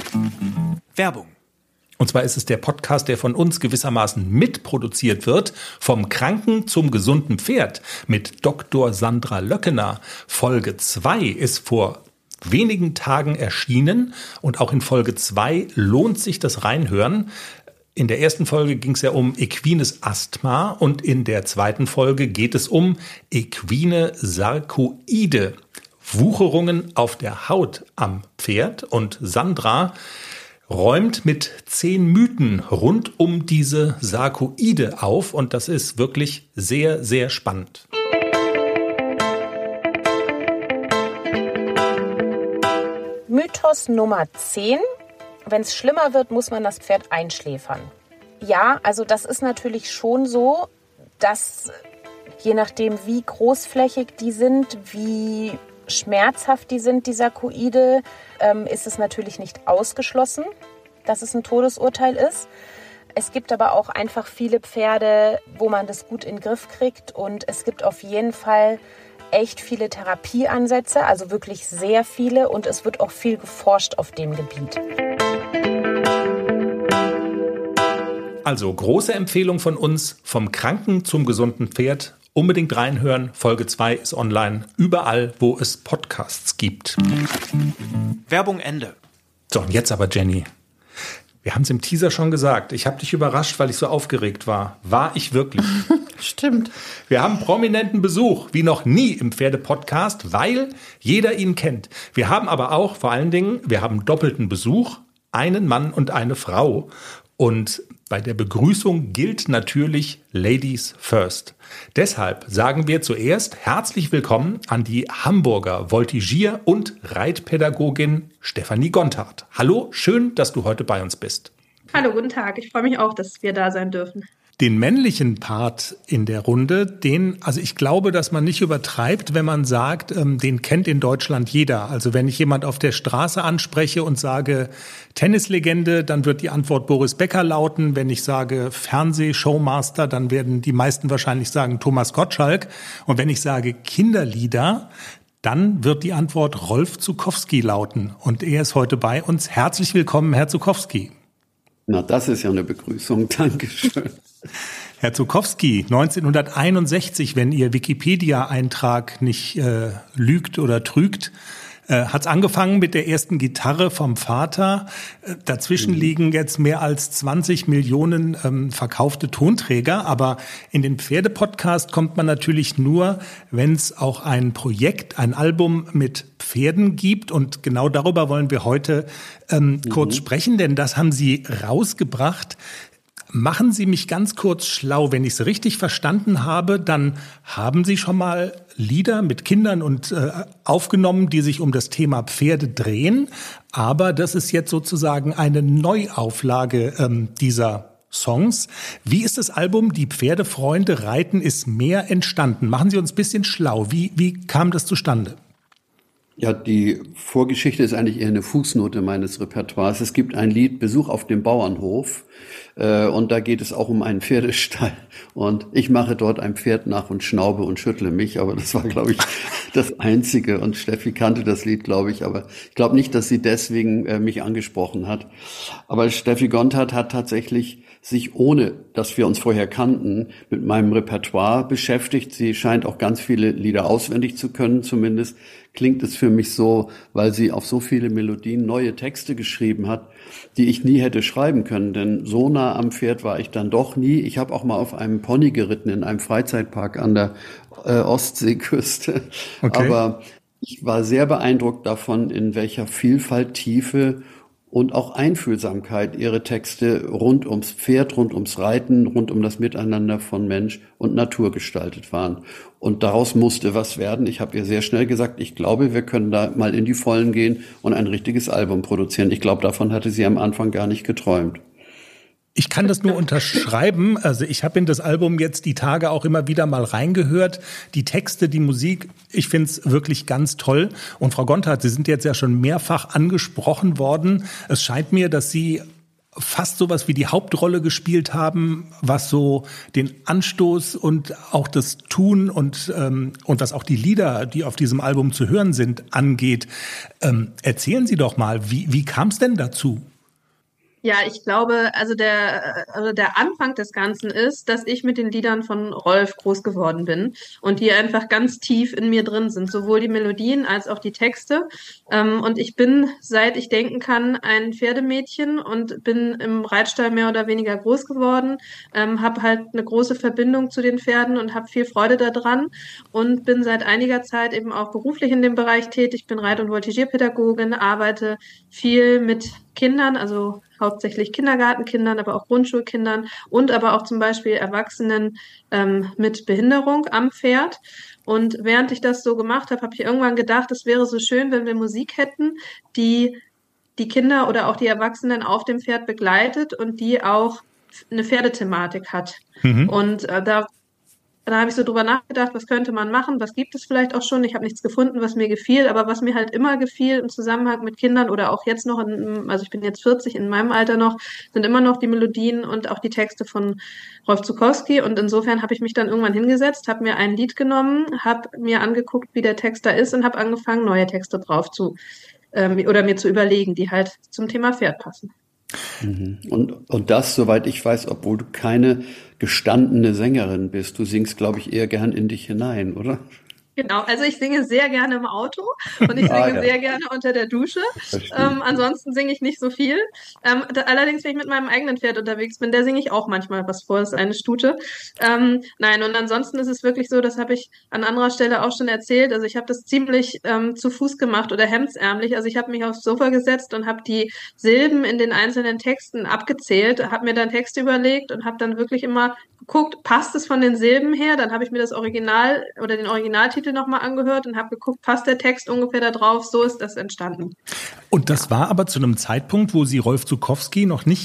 Werbung. Und zwar ist es der Podcast, der von uns gewissermaßen mitproduziert wird. Vom Kranken zum gesunden Pferd mit Doktor Sandra Löckener. Folge zwei ist vor wenigen Tagen erschienen. Und auch in Folge zwei lohnt sich das Reinhören. In der ersten Folge ging es ja um equines Asthma und in der zweiten Folge geht es um equine Sarkoide, Wucherungen auf der Haut am Pferd. Und Sandra räumt mit zehn Mythen rund um diese Sarkoide auf und das ist wirklich sehr, sehr spannend. Mythos Nummer zehn. Wenn es schlimmer wird, muss man das Pferd einschläfern. Ja, also das ist natürlich schon so, dass je nachdem, wie großflächig die sind, wie schmerzhaft die sind, die Sarkoide, ähm, ist es natürlich nicht ausgeschlossen, dass es ein Todesurteil ist. Es gibt aber auch einfach viele Pferde, wo man das gut in den Griff kriegt und es gibt auf jeden Fall echt viele Therapieansätze, also wirklich sehr viele und es wird auch viel geforscht auf dem Gebiet. Also große Empfehlung von uns, vom Kranken zum gesunden Pferd. Unbedingt reinhören. Folge zwei ist online, überall, wo es Podcasts gibt. Werbung Ende. So, und jetzt aber Jenny. Wir haben es im Teaser schon gesagt. Ich habe dich überrascht, weil ich so aufgeregt war. War ich wirklich? Stimmt. Wir haben prominenten Besuch, wie noch nie im Pferde-Podcast, weil jeder ihn kennt. Wir haben aber auch, vor allen Dingen, wir haben doppelten Besuch, einen Mann und eine Frau. Und bei der Begrüßung gilt natürlich Ladies first. Deshalb sagen wir zuerst herzlich willkommen an die Hamburger Voltigier- und Reitpädagogin Stefanie Gonthardt. Hallo, schön, dass du heute bei uns bist. Hallo, guten Tag. Ich freue mich auch, dass wir da sein dürfen. Den männlichen Part in der Runde, den, also ich glaube, dass man nicht übertreibt, wenn man sagt, ähm, den kennt in Deutschland jeder. Also wenn ich jemand auf der Straße anspreche und sage Tennislegende, dann wird die Antwort Boris Becker lauten. Wenn ich sage Fernseh-Showmaster, dann werden die meisten wahrscheinlich sagen Thomas Gottschalk. Und wenn ich sage Kinderlieder, dann wird die Antwort Rolf Zuckowski lauten. Und er ist heute bei uns. Herzlich willkommen, Herr Zuckowski. Na, das ist ja eine Begrüßung. Dankeschön. Herr Zuckowski, neunzehnhunderteinundsechzig, wenn Ihr Wikipedia-Eintrag nicht äh, lügt oder trügt, äh, hat es angefangen mit der ersten Gitarre vom Vater. Äh, dazwischen mhm. liegen jetzt mehr als zwanzig Millionen ähm, verkaufte Tonträger. Aber in den Pferdepodcast kommt man natürlich nur, wenn es auch ein Projekt, ein Album mit Pferden gibt. Und genau darüber wollen wir heute ähm, mhm. kurz sprechen, denn das haben Sie rausgebracht. Machen Sie mich ganz kurz schlau. Wenn ich es richtig verstanden habe, dann haben Sie schon mal Lieder mit Kindern und äh, aufgenommen, die sich um das Thema Pferde drehen. Aber das ist jetzt sozusagen eine Neuauflage ähm, dieser Songs. Wie ist das Album Die Pferdefreunde reiten ist mehr entstanden? Machen Sie uns ein bisschen schlau. Wie, wie kam das zustande? Ja, die Vorgeschichte ist eigentlich eher eine Fußnote meines Repertoires. Es gibt ein Lied Besuch auf dem Bauernhof äh, und da geht es auch um einen Pferdestall und ich mache dort ein Pferd nach und schnaube und schüttle mich, aber das war, glaube ich, das Einzige und Steffi kannte das Lied, glaube ich, aber ich glaube nicht, dass sie deswegen äh, mich angesprochen hat. Aber Steffi Gontard hat tatsächlich sich, ohne dass wir uns vorher kannten, mit meinem Repertoire beschäftigt. Sie scheint auch ganz viele Lieder auswendig zu können, zumindest klingt es für mich so, weil sie auf so viele Melodien neue Texte geschrieben hat, die ich nie hätte schreiben können, denn so nah am Pferd war ich dann doch nie. Ich habe auch mal auf einem Pony geritten in einem Freizeitpark an der äh, Ostseeküste, okay. Aber ich war sehr beeindruckt davon, in welcher Vielfalt, Tiefe und auch Einfühlsamkeit ihre Texte rund ums Pferd, rund ums Reiten, rund um das Miteinander von Mensch und Natur gestaltet waren. Und daraus musste was werden. Ich habe ihr sehr schnell gesagt, ich glaube, wir können da mal in die Vollen gehen und ein richtiges Album produzieren. Ich glaube, davon hatte sie am Anfang gar nicht geträumt. Ich kann das nur unterschreiben. Also ich habe in das Album jetzt die Tage auch immer wieder mal reingehört. Die Texte, die Musik, ich finde es wirklich ganz toll. Und Frau Gontard, Sie sind jetzt ja schon mehrfach angesprochen worden. Es scheint mir, dass Sie fast sowas wie die Hauptrolle gespielt haben, was so den Anstoß und auch das Tun und ähm, und was auch die Lieder, die auf diesem Album zu hören sind, angeht. Ähm, erzählen Sie doch mal, wie, wie kam es denn dazu? Ja, ich glaube, also der, also der Anfang des Ganzen ist, dass ich mit den Liedern von Rolf groß geworden bin und die einfach ganz tief in mir drin sind, sowohl die Melodien als auch die Texte. Und ich bin, seit ich denken kann, ein Pferdemädchen und bin im Reitstall mehr oder weniger groß geworden, habe halt eine große Verbindung zu den Pferden und habe viel Freude daran und bin seit einiger Zeit eben auch beruflich in dem Bereich tätig. Ich bin Reit- und Voltigierpädagogin, arbeite viel mit Kindern, also hauptsächlich Kindergartenkindern, aber auch Grundschulkindern und aber auch zum Beispiel Erwachsenen ähm, mit Behinderung am Pferd. Und während ich das so gemacht habe, habe ich irgendwann gedacht, es wäre so schön, wenn wir Musik hätten, die die Kinder oder auch die Erwachsenen auf dem Pferd begleitet und die auch eine Pferdethematik hat. Mhm. Und äh, da Da habe ich so drüber nachgedacht, was könnte man machen, was gibt es vielleicht auch schon. Ich habe nichts gefunden, was mir gefiel, aber was mir halt immer gefiel im Zusammenhang mit Kindern oder auch jetzt noch, in, also ich bin jetzt vierzig, in meinem Alter noch, sind immer noch die Melodien und auch die Texte von Rolf Zuckowski. Und insofern habe ich mich dann irgendwann hingesetzt, habe mir ein Lied genommen, habe mir angeguckt, wie der Text da ist und habe angefangen, neue Texte drauf zu ähm, oder mir zu überlegen, die halt zum Thema Pferd passen. Und, und das, soweit ich weiß, obwohl du keine gestandene Sängerin bist. Du singst, glaube ich, eher gern in dich hinein, oder? Genau, also ich singe sehr gerne im Auto und ich singe ah, ja. sehr gerne unter der Dusche. Ähm, ansonsten singe ich nicht so viel. Ähm, da, allerdings, wenn ich mit meinem eigenen Pferd unterwegs bin, da singe ich auch manchmal was vor, das ist eine Stute. Ähm, nein, und ansonsten ist es wirklich so, das habe ich an anderer Stelle auch schon erzählt, also ich habe das ziemlich ähm, zu Fuß gemacht oder hemdsärmlich. Also ich habe mich aufs Sofa gesetzt und habe die Silben in den einzelnen Texten abgezählt, habe mir dann Texte überlegt und habe dann wirklich immer geguckt, passt es von den Silben her? Dann habe ich mir das Original oder den Originaltitel nochmal angehört und habe geguckt, passt der Text ungefähr da drauf? So ist das entstanden. Und das war aber zu einem Zeitpunkt, wo Sie Rolf Zuckowski noch nicht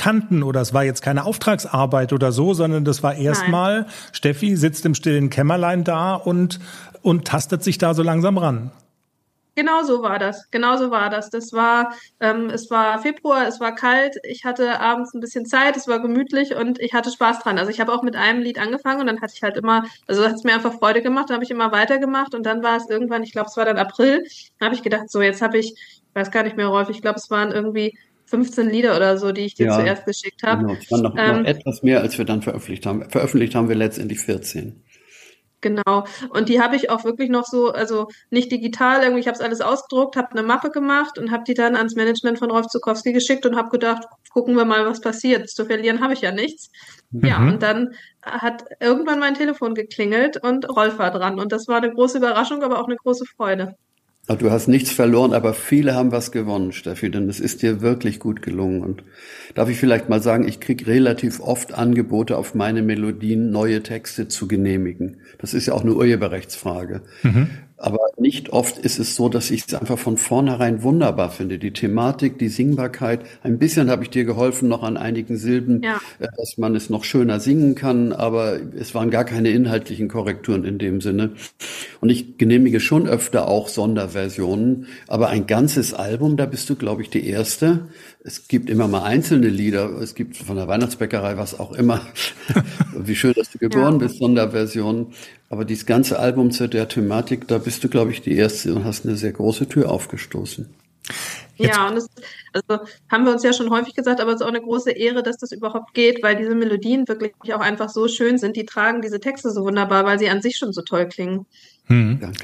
kannten oder es war jetzt keine Auftragsarbeit oder so, sondern das war erstmal, Steffi sitzt im stillen Kämmerlein da und, und tastet sich da so langsam ran. Genau so war das. Genau so war das. Das war, ähm, es war Februar, es war kalt. Ich hatte abends ein bisschen Zeit, es war gemütlich und ich hatte Spaß dran. Also ich habe auch mit einem Lied angefangen und dann hatte ich halt immer, also hat es mir einfach Freude gemacht. Dann habe ich immer weitergemacht und dann war es irgendwann, ich glaube, es war dann April. Dann habe ich gedacht, so jetzt habe ich, ich weiß gar nicht mehr, Rolf, ich glaube, es waren irgendwie fünfzehn Lieder oder so, die ich dir Ja, zuerst geschickt habe. Genau, es waren noch, Ähm, noch etwas mehr, als wir dann veröffentlicht haben. Veröffentlicht haben wir letztendlich vierzehn. Genau. Und die habe ich auch wirklich noch so, also nicht digital, irgendwie, ich habe es alles ausgedruckt, habe eine Mappe gemacht und habe die dann ans Management von Rolf Zuckowski geschickt und habe gedacht, gucken wir mal, was passiert. Zu verlieren habe ich ja nichts. Mhm. Ja, und dann hat irgendwann mein Telefon geklingelt und Rolf war dran. Und das war eine große Überraschung, aber auch eine große Freude. Du hast nichts verloren, aber viele haben was gewonnen, Steffi, denn es ist dir wirklich gut gelungen. Und darf ich vielleicht mal sagen, ich kriege relativ oft Angebote, auf meine Melodien neue Texte zu genehmigen. Das ist ja auch eine Urheberrechtsfrage. Mhm. Aber nicht oft ist es so, dass ich es einfach von vornherein wunderbar finde. Die Thematik, die Singbarkeit, ein bisschen habe ich dir geholfen noch an einigen Silben, ja, dass man es noch schöner singen kann, aber es waren gar keine inhaltlichen Korrekturen in dem Sinne. Und ich genehmige schon öfter auch Sonderversionen, aber ein ganzes Album, da bist du, glaube ich, die Erste. Es gibt immer mal einzelne Lieder, es gibt von der Weihnachtsbäckerei was auch immer. Wie schön, dass du geboren ja. bist, Sonderversionen. Aber dieses ganze Album zu der Thematik, da bist du, glaube ich, die Erste und hast eine sehr große Tür aufgestoßen. Jetzt. Ja, und das also haben wir uns ja schon häufig gesagt, aber es ist auch eine große Ehre, dass das überhaupt geht, weil diese Melodien wirklich auch einfach so schön sind. Die tragen diese Texte so wunderbar, weil sie an sich schon so toll klingen. Hm. Danke.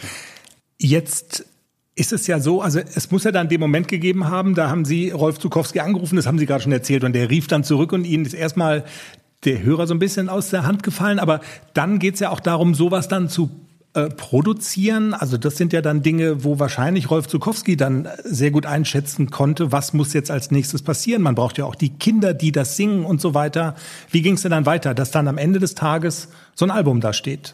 Jetzt ist es ja so, also es muss ja dann den Moment gegeben haben, da haben Sie Rolf Zuckowski angerufen, das haben Sie gerade schon erzählt, und der rief dann zurück und Ihnen ist erstmal der Hörer so ein bisschen aus der Hand gefallen, aber dann geht's ja auch darum, sowas dann zu äh, produzieren. Also das sind ja dann Dinge, wo wahrscheinlich Rolf Zuckowski dann sehr gut einschätzen konnte, was muss jetzt als nächstes passieren. Man braucht ja auch die Kinder, die das singen und so weiter. Wie ging's denn dann weiter, dass dann am Ende des Tages so ein Album da steht?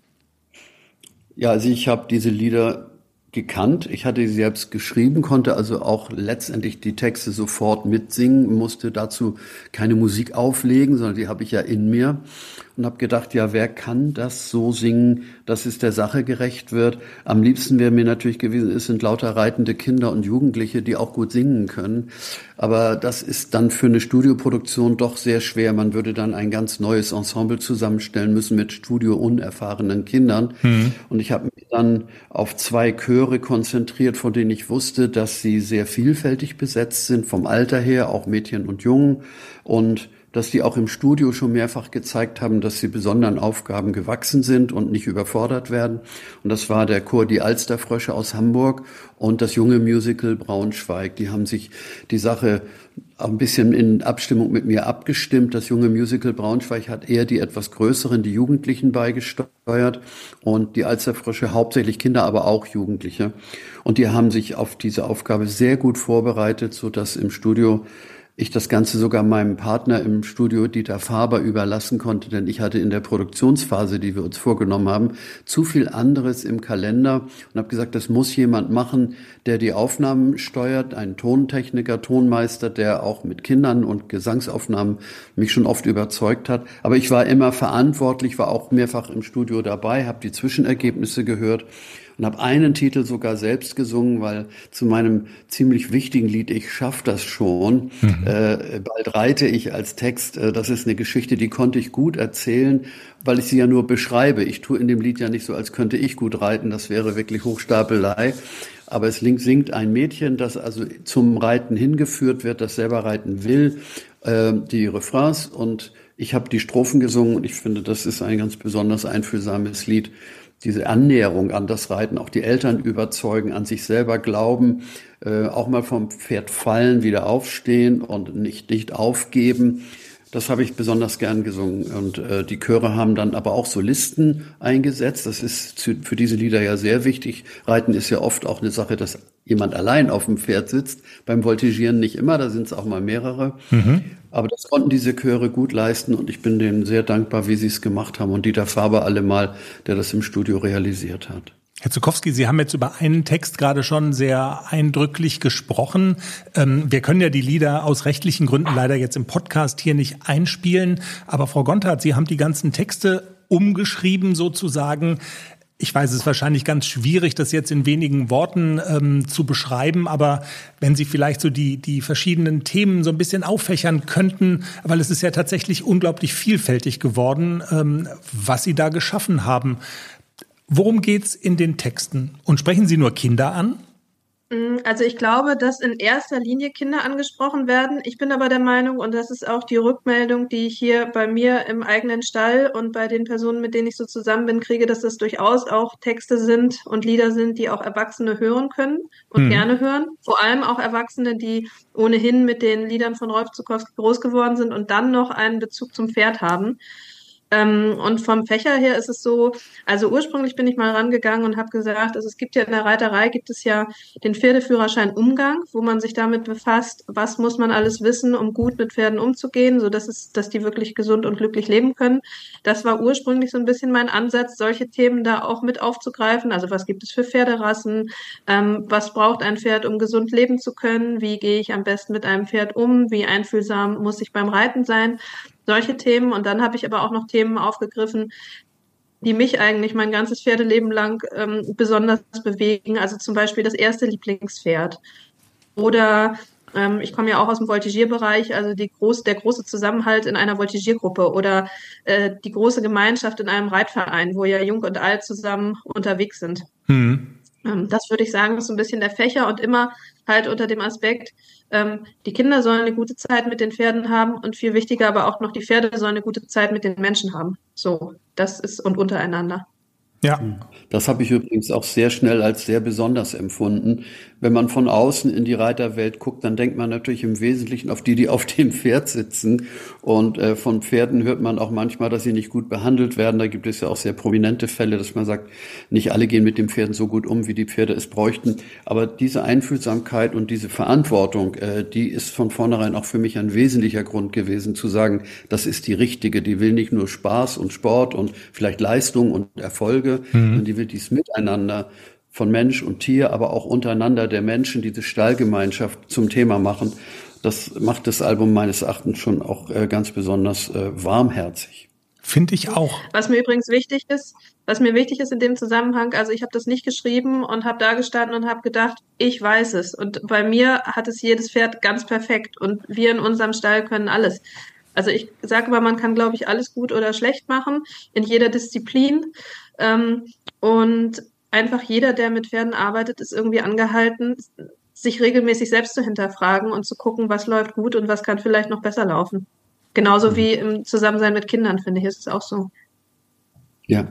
Ja, also ich habe diese Lieder gekannt. Ich hatte sie selbst geschrieben, konnte also auch letztendlich die Texte sofort mitsingen, musste dazu keine Musik auflegen, sondern die habe ich ja in mir und habe gedacht, ja, wer kann das so singen, dass es der Sache gerecht wird? Am liebsten wäre mir natürlich gewesen, es sind lauter reitende Kinder und Jugendliche, die auch gut singen können. Aber das ist dann für eine Studioproduktion doch sehr schwer. Man würde dann ein ganz neues Ensemble zusammenstellen müssen mit studiounerfahrenen Kindern. Mhm. Und ich habe mich dann auf zwei Chöre konzentriert, von denen ich wusste, dass sie sehr vielfältig besetzt sind, vom Alter her, auch Mädchen und Jungen. Und dass die auch im Studio schon mehrfach gezeigt haben, dass sie besonderen Aufgaben gewachsen sind und nicht überfordert werden. Und das war der Chor Die Alsterfrösche aus Hamburg und das junge Musical Braunschweig. Die haben sich die Sache ein bisschen in Abstimmung mit mir abgestimmt. Das junge Musical Braunschweig hat eher die etwas größeren, die Jugendlichen beigesteuert und die Alsterfrösche hauptsächlich Kinder, aber auch Jugendliche. Und die haben sich auf diese Aufgabe sehr gut vorbereitet, sodass im Studio ich das Ganze sogar meinem Partner im Studio, Dieter Faber, überlassen konnte, denn ich hatte in der Produktionsphase, die wir uns vorgenommen haben, zu viel anderes im Kalender und habe gesagt, das muss jemand machen, der die Aufnahmen steuert, ein Tontechniker, Tonmeister, der auch mit Kindern und Gesangsaufnahmen mich schon oft überzeugt hat. Aber ich war immer verantwortlich, war auch mehrfach im Studio dabei, habe die Zwischenergebnisse gehört und habe einen Titel sogar selbst gesungen, weil zu meinem ziemlich wichtigen Lied Ich schaff das schon, mhm. äh, bald reite ich als Text, äh, das ist eine Geschichte, die konnte ich gut erzählen, weil ich sie ja nur beschreibe. Ich tue in dem Lied ja nicht so, als könnte ich gut reiten, das wäre wirklich Hochstapelei. Aber es singt ein Mädchen, das also zum Reiten hingeführt wird, das selber reiten will, äh, die Refrains, und ich habe die Strophen gesungen und ich finde, das ist ein ganz besonders einfühlsames Lied. Diese Annäherung an das Reiten, auch die Eltern überzeugen, an sich selber glauben, äh, auch mal vom Pferd fallen, wieder aufstehen und nicht, nicht aufgeben. Das habe ich besonders gern gesungen. Und äh, die Chöre haben dann aber auch Solisten eingesetzt. Das ist zu, für diese Lieder ja sehr wichtig. Reiten ist ja oft auch eine Sache, dass jemand allein auf dem Pferd sitzt. Beim Voltigieren nicht immer, da sind es auch mal mehrere. Mhm. Aber das konnten diese Chöre gut leisten und ich bin denen sehr dankbar, wie sie es gemacht haben. Und Dieter Faber allemal, der das im Studio realisiert hat. Herr Zuckowski, Sie haben jetzt über einen Text gerade schon sehr eindrücklich gesprochen. Wir können ja die Lieder aus rechtlichen Gründen leider jetzt im Podcast hier nicht einspielen. Aber Frau Gontard, Sie haben die ganzen Texte umgeschrieben sozusagen. Ich weiß, es ist wahrscheinlich ganz schwierig, das jetzt in wenigen Worten ähm, zu beschreiben, aber wenn Sie vielleicht so die, die verschiedenen Themen so ein bisschen auffächern könnten, weil es ist ja tatsächlich unglaublich vielfältig geworden, ähm, was Sie da geschaffen haben. Worum geht's in den Texten? Und sprechen Sie nur Kinder an? Also ich glaube, dass in erster Linie Kinder angesprochen werden. Ich bin aber der Meinung, und das ist auch die Rückmeldung, die ich hier bei mir im eigenen Stall und bei den Personen, mit denen ich so zusammen bin, kriege, dass das durchaus auch Texte sind und Lieder sind, die auch Erwachsene hören können und hm. gerne hören. Vor allem auch Erwachsene, die ohnehin mit den Liedern von Rolf Zuckowski groß geworden sind und dann noch einen Bezug zum Pferd haben. Ähm, und vom Fächer her ist es so, also ursprünglich bin ich mal rangegangen und habe gesagt, also es gibt ja in der Reiterei, gibt es ja den Pferdeführerschein Umgang, wo man sich damit befasst, was muss man alles wissen, um gut mit Pferden umzugehen, so dass es, dass die wirklich gesund und glücklich leben können. Das war ursprünglich so ein bisschen mein Ansatz, solche Themen da auch mit aufzugreifen. Also was gibt es für Pferderassen? Ähm, was braucht ein Pferd, um gesund leben zu können? Wie gehe ich am besten mit einem Pferd um? Wie einfühlsam muss ich beim Reiten sein? Solche Themen. Und dann habe ich aber auch noch Themen aufgegriffen, die mich eigentlich mein ganzes Pferdeleben lang ähm, besonders bewegen. Also zum Beispiel das erste Lieblingspferd. Oder ähm, ich komme ja auch aus dem Voltigierbereich, also die groß, der große Zusammenhalt in einer Voltigiergruppe oder äh, die große Gemeinschaft in einem Reitverein, wo ja Jung und Alt zusammen unterwegs sind. Mhm. Ähm, das würde ich sagen, ist so ein bisschen der Fächer und immer halt unter dem Aspekt, ähm, die Kinder sollen eine gute Zeit mit den Pferden haben und viel wichtiger aber auch noch, die Pferde sollen eine gute Zeit mit den Menschen haben. So, das ist und untereinander. Ja. Das habe ich übrigens auch sehr schnell als sehr besonders empfunden. Wenn man von außen in die Reiterwelt guckt, dann denkt man natürlich im Wesentlichen auf die, die auf dem Pferd sitzen. Und äh, von Pferden hört man auch manchmal, dass sie nicht gut behandelt werden. Da gibt es ja auch sehr prominente Fälle, dass man sagt, nicht alle gehen mit den Pferden so gut um, wie die Pferde es bräuchten. Aber diese Einfühlsamkeit und diese Verantwortung, äh, die ist von vornherein auch für mich ein wesentlicher Grund gewesen, zu sagen, das ist die richtige. Die will nicht nur Spaß und Sport und vielleicht Leistung und Erfolge, Mhm. und die will dies Miteinander von Mensch und Tier, aber auch untereinander der Menschen, diese Stallgemeinschaft zum Thema machen. Das macht das Album meines Erachtens schon auch äh, ganz besonders äh, warmherzig. Finde ich auch. Was mir übrigens wichtig ist, was mir wichtig ist in dem Zusammenhang, also ich habe das nicht geschrieben und habe da gestanden und habe gedacht, ich weiß es. Und bei mir hat es jedes Pferd ganz perfekt und wir in unserem Stall können alles. Also ich sage immer, man kann, glaube ich, alles gut oder schlecht machen, in jeder Disziplin. Ähm, und einfach jeder, der mit Pferden arbeitet, ist irgendwie angehalten, sich regelmäßig selbst zu hinterfragen und zu gucken, was läuft gut und was kann vielleicht noch besser laufen. Genauso wie im Zusammensein mit Kindern, finde ich, ist es auch so. Ja.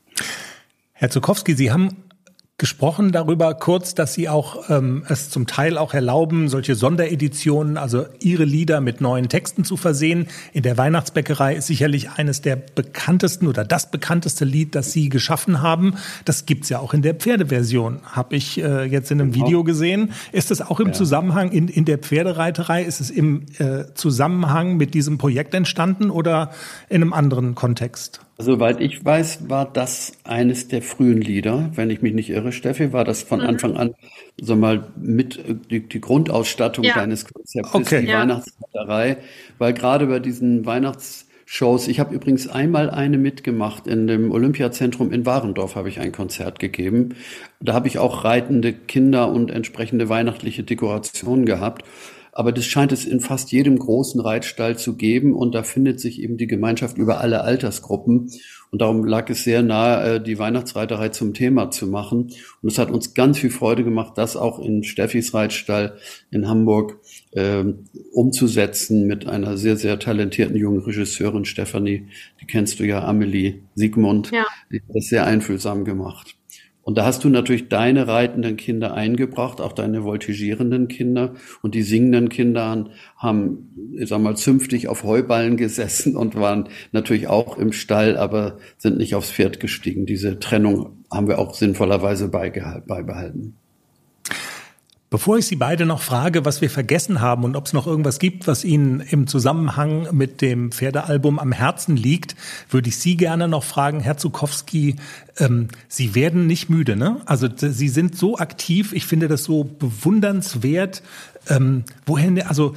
Herr Zuckowski, Sie haben gesprochen darüber kurz, dass Sie auch ähm, es zum Teil auch erlauben, solche Sondereditionen, also Ihre Lieder mit neuen Texten zu versehen. In der Weihnachtsbäckerei ist sicherlich eines der bekanntesten oder das bekannteste Lied, das Sie geschaffen haben. Das gibt's ja auch in der Pferdeversion, habe ich äh, jetzt in einem Video gesehen. Ist es auch im ja. Zusammenhang in, in der Pferdereiterei, ist es im äh, Zusammenhang mit diesem Projekt entstanden oder in einem anderen Kontext? Soweit ich weiß, war das eines der frühen Lieder, wenn ich mich nicht irre, Steffi, war das von mhm. Anfang an so mal mit die, die Grundausstattung ja. deines Konzeptes, okay. die ja. Weihnachtsreiterei, weil gerade bei diesen Weihnachtsshows, ich habe übrigens einmal eine mitgemacht, in dem Olympiazentrum in Warendorf habe ich ein Konzert gegeben, da habe ich auch reitende Kinder und entsprechende weihnachtliche Dekorationen gehabt. Aber das scheint es in fast jedem großen Reitstall zu geben und da findet sich eben die Gemeinschaft über alle Altersgruppen und darum lag es sehr nahe, die Weihnachtsreiterei zum Thema zu machen und es hat uns ganz viel Freude gemacht, das auch in Steffis Reitstall in Hamburg äh, umzusetzen mit einer sehr, sehr talentierten jungen Regisseurin Stefanie, die kennst du ja, Amelie Siegmund, ja. die hat das sehr einfühlsam gemacht. Und da hast du natürlich deine reitenden Kinder eingebracht, auch deine voltigierenden Kinder. Und die singenden Kinder haben, ich sag mal, zünftig auf Heuballen gesessen und waren natürlich auch im Stall, aber sind nicht aufs Pferd gestiegen. Diese Trennung haben wir auch sinnvollerweise beibehalten. Bevor ich Sie beide noch frage, was wir vergessen haben und ob es noch irgendwas gibt, was Ihnen im Zusammenhang mit dem Pferdealbum am Herzen liegt, würde ich Sie gerne noch fragen, Herr Zukowski, ähm, Sie werden nicht müde, ne? Also Sie sind so aktiv, ich finde das so bewundernswert. Ähm, woher, also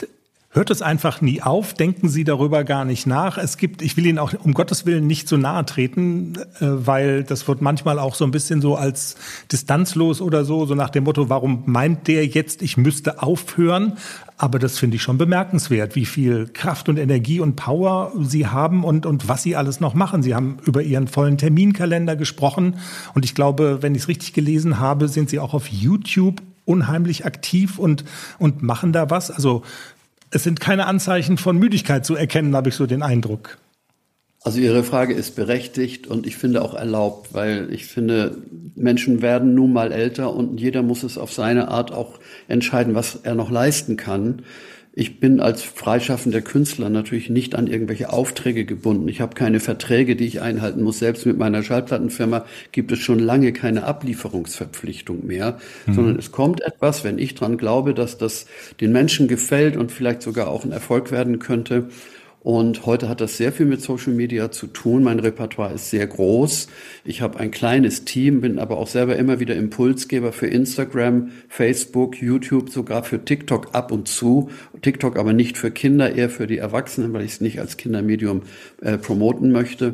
hört es einfach nie auf, denken Sie darüber gar nicht nach. Es gibt, ich will Ihnen auch um Gottes Willen nicht zu nahe treten, äh, weil das wird manchmal auch so ein bisschen so als distanzlos oder so, so nach dem Motto, warum meint der jetzt, ich müsste aufhören? Aber das finde ich schon bemerkenswert, wie viel Kraft und Energie und Power Sie haben und, und was Sie alles noch machen. Sie haben über Ihren vollen Terminkalender gesprochen und ich glaube, wenn ich es richtig gelesen habe, sind Sie auch auf YouTube unheimlich aktiv und, und machen da was. Also es sind keine Anzeichen von Müdigkeit zu erkennen, habe ich so den Eindruck. Also Ihre Frage ist berechtigt und ich finde auch erlaubt, weil ich finde, Menschen werden nun mal älter und jeder muss es auf seine Art auch entscheiden, was er noch leisten kann. Ich bin als freischaffender Künstler natürlich nicht an irgendwelche Aufträge gebunden. Ich habe keine Verträge, die ich einhalten muss. Selbst mit meiner Schallplattenfirma gibt es schon lange keine Ablieferungsverpflichtung mehr, mhm. sondern es kommt etwas, wenn ich dran glaube, dass das den Menschen gefällt und vielleicht sogar auch ein Erfolg werden könnte. Und heute hat das sehr viel mit Social Media zu tun. Mein Repertoire ist sehr groß. Ich habe ein kleines Team, bin aber auch selber immer wieder Impulsgeber für Instagram, Facebook, YouTube, sogar für TikTok ab und zu. TikTok aber nicht für Kinder, eher für die Erwachsenen, weil ich es nicht als Kindermedium äh, promoten möchte.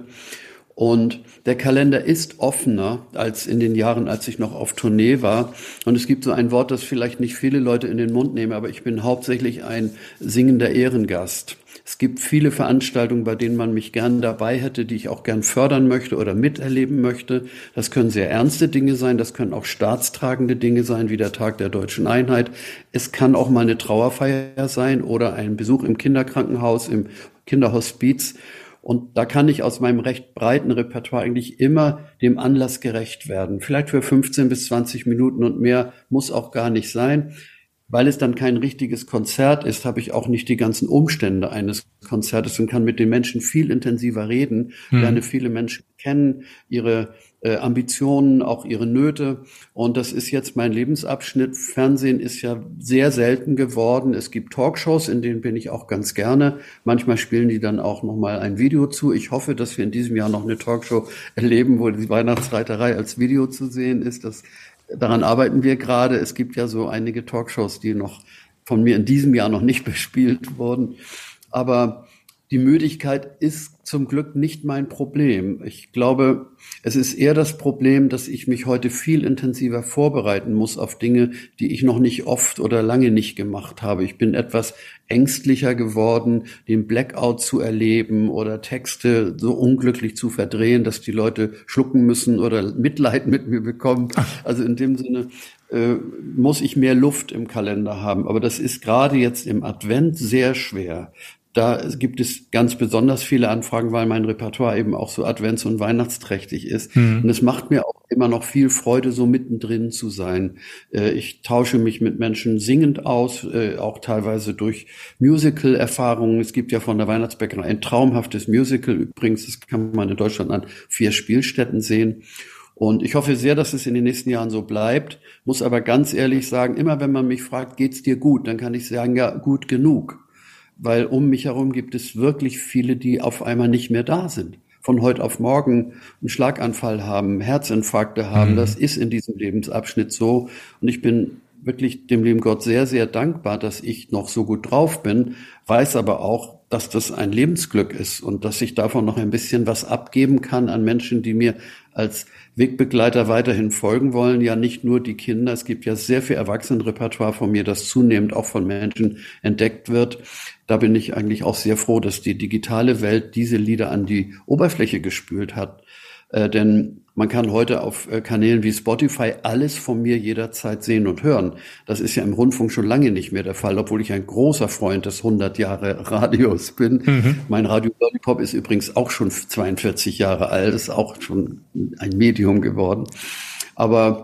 Und der Kalender ist offener als in den Jahren, als ich noch auf Tournee war. Und es gibt so ein Wort, das vielleicht nicht viele Leute in den Mund nehmen, aber ich bin hauptsächlich ein singender Ehrengast. Es gibt viele Veranstaltungen, bei denen man mich gern dabei hätte, die ich auch gern fördern möchte oder miterleben möchte. Das können sehr ernste Dinge sein, das können auch staatstragende Dinge sein, wie der Tag der Deutschen Einheit. Es kann auch mal eine Trauerfeier sein oder ein Besuch im Kinderkrankenhaus, im Kinderhospiz. Und da kann ich aus meinem recht breiten Repertoire eigentlich immer dem Anlass gerecht werden. Vielleicht für fünfzehn bis zwanzig Minuten und mehr muss auch gar nicht sein. Weil es dann kein richtiges Konzert ist, habe ich auch nicht die ganzen Umstände eines Konzertes und kann mit den Menschen viel intensiver reden, hm. lerne viele Menschen kennen, ihre äh, Ambitionen, auch ihre Nöte. Und das ist jetzt mein Lebensabschnitt. Fernsehen ist ja sehr selten geworden. Es gibt Talkshows, in denen bin ich auch ganz gerne. Manchmal spielen die dann auch noch mal ein Video zu. Ich hoffe, dass wir in diesem Jahr noch eine Talkshow erleben, wo die Weihnachtsreiterei als Video zu sehen ist. Das Daran arbeiten wir gerade. Es gibt ja so einige Talkshows, die noch von mir in diesem Jahr noch nicht bespielt wurden. Aber die Müdigkeit ist zum Glück nicht mein Problem. Ich glaube, es ist eher das Problem, dass ich mich heute viel intensiver vorbereiten muss auf Dinge, die ich noch nicht oft oder lange nicht gemacht habe. Ich bin etwas ängstlicher geworden, den Blackout zu erleben oder Texte so unglücklich zu verdrehen, dass die Leute schlucken müssen oder Mitleid mit mir bekommen. Also in dem Sinne äh, muss ich mehr Luft im Kalender haben. Aber das ist gerade jetzt im Advent sehr schwer. Da gibt es ganz besonders viele Anfragen, weil mein Repertoire eben auch so advents- und weihnachtsträchtig ist. Mhm. Und es macht mir auch immer noch viel Freude, so mittendrin zu sein. Ich tausche mich mit Menschen singend aus, auch teilweise durch Musical-Erfahrungen. Es gibt ja von der Weihnachtsbäckerei ein traumhaftes Musical. Übrigens, das kann man in Deutschland an vier Spielstätten sehen. Und ich hoffe sehr, dass es in den nächsten Jahren so bleibt. Muss aber ganz ehrlich sagen, immer wenn man mich fragt, geht's dir gut? Dann kann ich sagen, ja, gut genug. Weil um mich herum gibt es wirklich viele, die auf einmal nicht mehr da sind. Von heute auf morgen einen Schlaganfall haben, Herzinfarkte haben. Mhm. Das ist in diesem Lebensabschnitt so. Und ich bin wirklich dem lieben Gott sehr, sehr dankbar, dass ich noch so gut drauf bin, weiß aber auch, dass das ein Lebensglück ist und dass ich davon noch ein bisschen was abgeben kann an Menschen, die mir als Wegbegleiter weiterhin folgen wollen. Ja, nicht nur die Kinder. Es gibt ja sehr viel Erwachsenenrepertoire von mir, das zunehmend auch von Menschen entdeckt wird. Da bin ich eigentlich auch sehr froh, dass die digitale Welt diese Lieder an die Oberfläche gespült hat. Äh, denn man kann heute auf äh, Kanälen wie Spotify alles von mir jederzeit sehen und hören. Das ist ja im Rundfunk schon lange nicht mehr der Fall, obwohl ich ein großer Freund des hundert Jahre Radios bin. Mhm. Mein Radio Lollipop ist übrigens auch schon zweiundvierzig Jahre alt, ist auch schon ein Medium geworden. Aber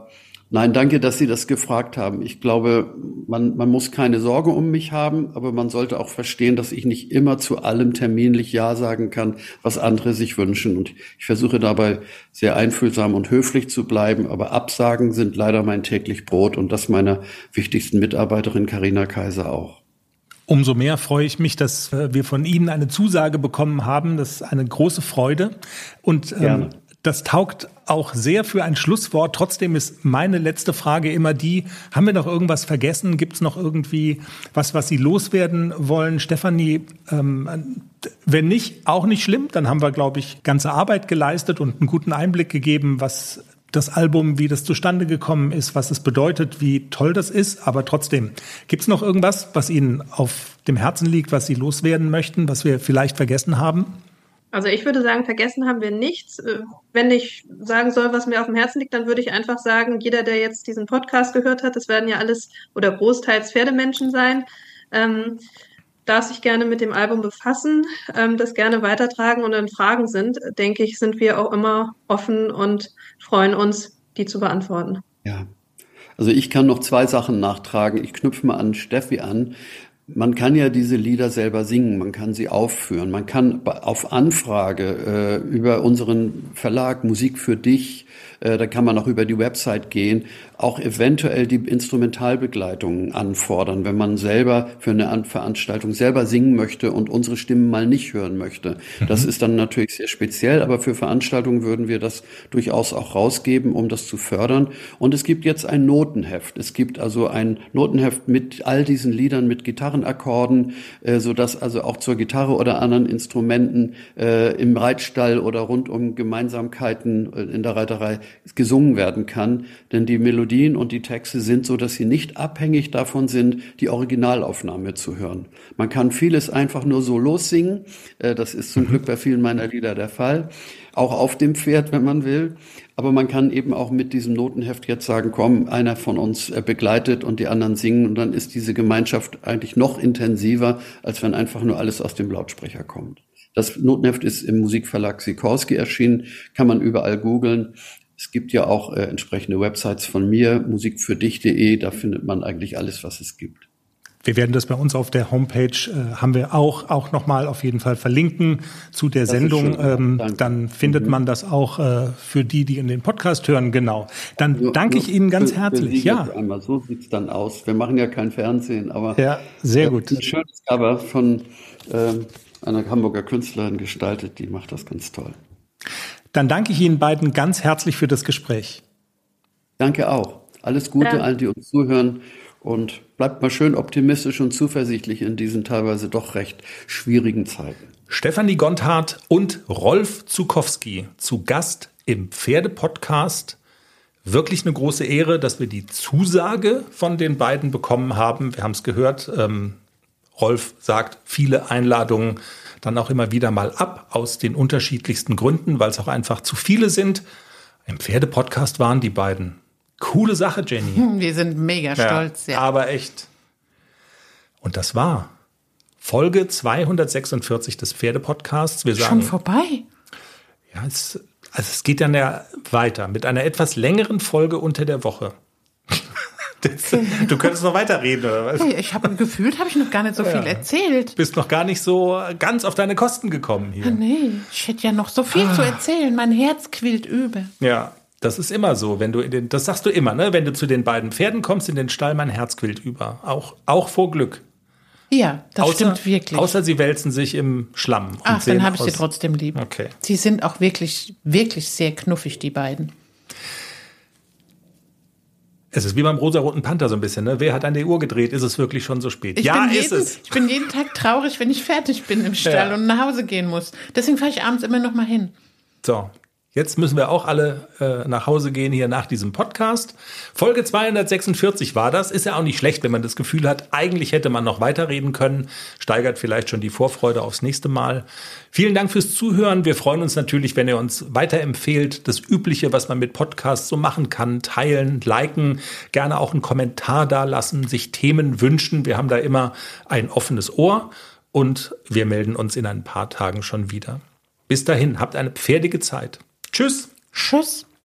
Nein, danke, dass Sie das gefragt haben. Ich glaube, man, man muss keine Sorge um mich haben, aber man sollte auch verstehen, dass ich nicht immer zu allem terminlich Ja sagen kann, was andere sich wünschen. Und ich versuche dabei sehr einfühlsam und höflich zu bleiben, aber Absagen sind leider mein täglich Brot und das meiner wichtigsten Mitarbeiterin Carina Kaiser auch. Umso mehr freue ich mich, dass wir von Ihnen eine Zusage bekommen haben. Das ist eine große Freude. Und ähm, das taugt auch sehr für ein Schlusswort. Trotzdem ist meine letzte Frage immer die, haben wir noch irgendwas vergessen? Gibt es noch irgendwie was, was Sie loswerden wollen? Stefanie, ähm, wenn nicht, auch nicht schlimm. Dann haben wir, glaube ich, ganze Arbeit geleistet und einen guten Einblick gegeben, was das Album, wie das zustande gekommen ist, was es bedeutet, wie toll das ist. Aber trotzdem, gibt es noch irgendwas, was Ihnen auf dem Herzen liegt, was Sie loswerden möchten, was wir vielleicht vergessen haben? Also ich würde sagen, vergessen haben wir nichts. Wenn ich sagen soll, was mir auf dem Herzen liegt, dann würde ich einfach sagen, jeder, der jetzt diesen Podcast gehört hat, das werden ja alles oder großteils Pferdemenschen sein, ähm, darf sich gerne mit dem Album befassen, ähm, das gerne weitertragen und wenn Fragen sind, denke ich, sind wir auch immer offen und freuen uns, die zu beantworten. Ja, also ich kann noch zwei Sachen nachtragen. Ich knüpfe mal an Steffi an. Man kann ja diese Lieder selber singen, man kann sie aufführen, man kann auf Anfrage äh, über unseren Verlag Musik für dich, äh, da kann man auch über die Website gehen, auch eventuell die Instrumentalbegleitungen anfordern, wenn man selber für eine Veranstaltung selber singen möchte und unsere Stimmen mal nicht hören möchte. Das ist dann natürlich sehr speziell, aber für Veranstaltungen würden wir das durchaus auch rausgeben, um das zu fördern. Und es gibt jetzt ein Notenheft. Es gibt also ein Notenheft mit all diesen Liedern, mit Gitarrenakkorden, äh, sodass also auch zur Gitarre oder anderen Instrumenten äh, im Reitstall oder rund um Gemeinsamkeiten äh, in der Reiterei gesungen werden kann. Denn die Melodie und die Texte sind so, dass sie nicht abhängig davon sind, die Originalaufnahme zu hören. Man kann vieles einfach nur so lossingen. Das ist zum Glück bei vielen meiner Lieder der Fall. Auch auf dem Pferd, wenn man will. Aber man kann eben auch mit diesem Notenheft jetzt sagen, komm, einer von uns begleitet und die anderen singen. Und dann ist diese Gemeinschaft eigentlich noch intensiver, als wenn einfach nur alles aus dem Lautsprecher kommt. Das Notenheft ist im Musikverlag Sikorski erschienen, kann man überall googeln. Es gibt ja auch äh, entsprechende Websites von mir, musik für dich punkt de, da findet man eigentlich alles, was es gibt. Wir werden das bei uns auf der Homepage, äh, haben wir auch, auch nochmal auf jeden Fall verlinken zu der das Sendung. Ähm, dann findet mhm. man das auch äh, für die, die in den Podcast hören, genau. Dann nur, danke ich Ihnen ganz für, herzlich. Für ja. Einmal. So sieht's dann aus. Wir machen ja kein Fernsehen, aber ja, sehr gut. Ein schönes Cover von ähm, einer Hamburger Künstlerin gestaltet, die macht das ganz toll. Dann danke ich Ihnen beiden ganz herzlich für das Gespräch. Danke auch. Alles Gute ja. allen, die uns zuhören. Und bleibt mal schön optimistisch und zuversichtlich in diesen teilweise doch recht schwierigen Zeiten. Stefanie Gonthardt und Rolf Zukowski zu Gast im Pferdepodcast. Wirklich eine große Ehre, dass wir die Zusage von den beiden bekommen haben. Wir haben es gehört. Ähm, Rolf sagt, viele Einladungen dann auch immer wieder mal ab, aus den unterschiedlichsten Gründen, weil es auch einfach zu viele sind. Im Pferdepodcast waren die beiden. Coole Sache, Jenny. Wir sind mega stolz. Ja, ja. Aber echt. Und das war Folge zweihundertsechsundvierzig des Pferdepodcasts. Wir sagen, schon vorbei? Ja, es, also es geht dann ja weiter mit einer etwas längeren Folge unter der Woche. Das, du könntest noch weiterreden, oder was? Hey, ich habe gefühlt, habe ich noch gar nicht so ja. viel erzählt. Bist noch gar nicht so ganz auf deine Kosten gekommen hier. Ah, nee, ich hätte ja noch so viel ah. zu erzählen. Mein Herz quillt über. Ja, das ist immer so, wenn du in den, das sagst du immer, ne? Wenn du zu den beiden Pferden kommst in den Stall, mein Herz quillt über. Auch, auch vor Glück. Ja, das außer, stimmt wirklich. Außer sie wälzen sich im Schlamm. Und Ach, dann habe ich sie trotzdem lieb. Okay. Sie sind auch wirklich, wirklich sehr knuffig, die beiden. Es ist wie beim rosa-roten Panther so ein bisschen, ne? Wer hat an der Uhr gedreht? Ist es wirklich schon so spät? Ich ja, jeden, ist es. Ich bin jeden Tag traurig, wenn ich fertig bin im Stall ja. und nach Hause gehen muss. Deswegen fahre ich abends immer noch mal hin. So, jetzt müssen wir auch alle äh, nach Hause gehen hier nach diesem Podcast. Folge zweihundertsechsundvierzig war das. Ist ja auch nicht schlecht, wenn man das Gefühl hat, eigentlich hätte man noch weiterreden können. Steigert vielleicht schon die Vorfreude aufs nächste Mal. Vielen Dank fürs Zuhören. Wir freuen uns natürlich, wenn ihr uns weiterempfehlt. Das Übliche, was man mit Podcasts so machen kann. Teilen, liken, gerne auch einen Kommentar dalassen, sich Themen wünschen. Wir haben da immer ein offenes Ohr und wir melden uns in ein paar Tagen schon wieder. Bis dahin, habt eine pferdige Zeit. Tschüss. Tschüss.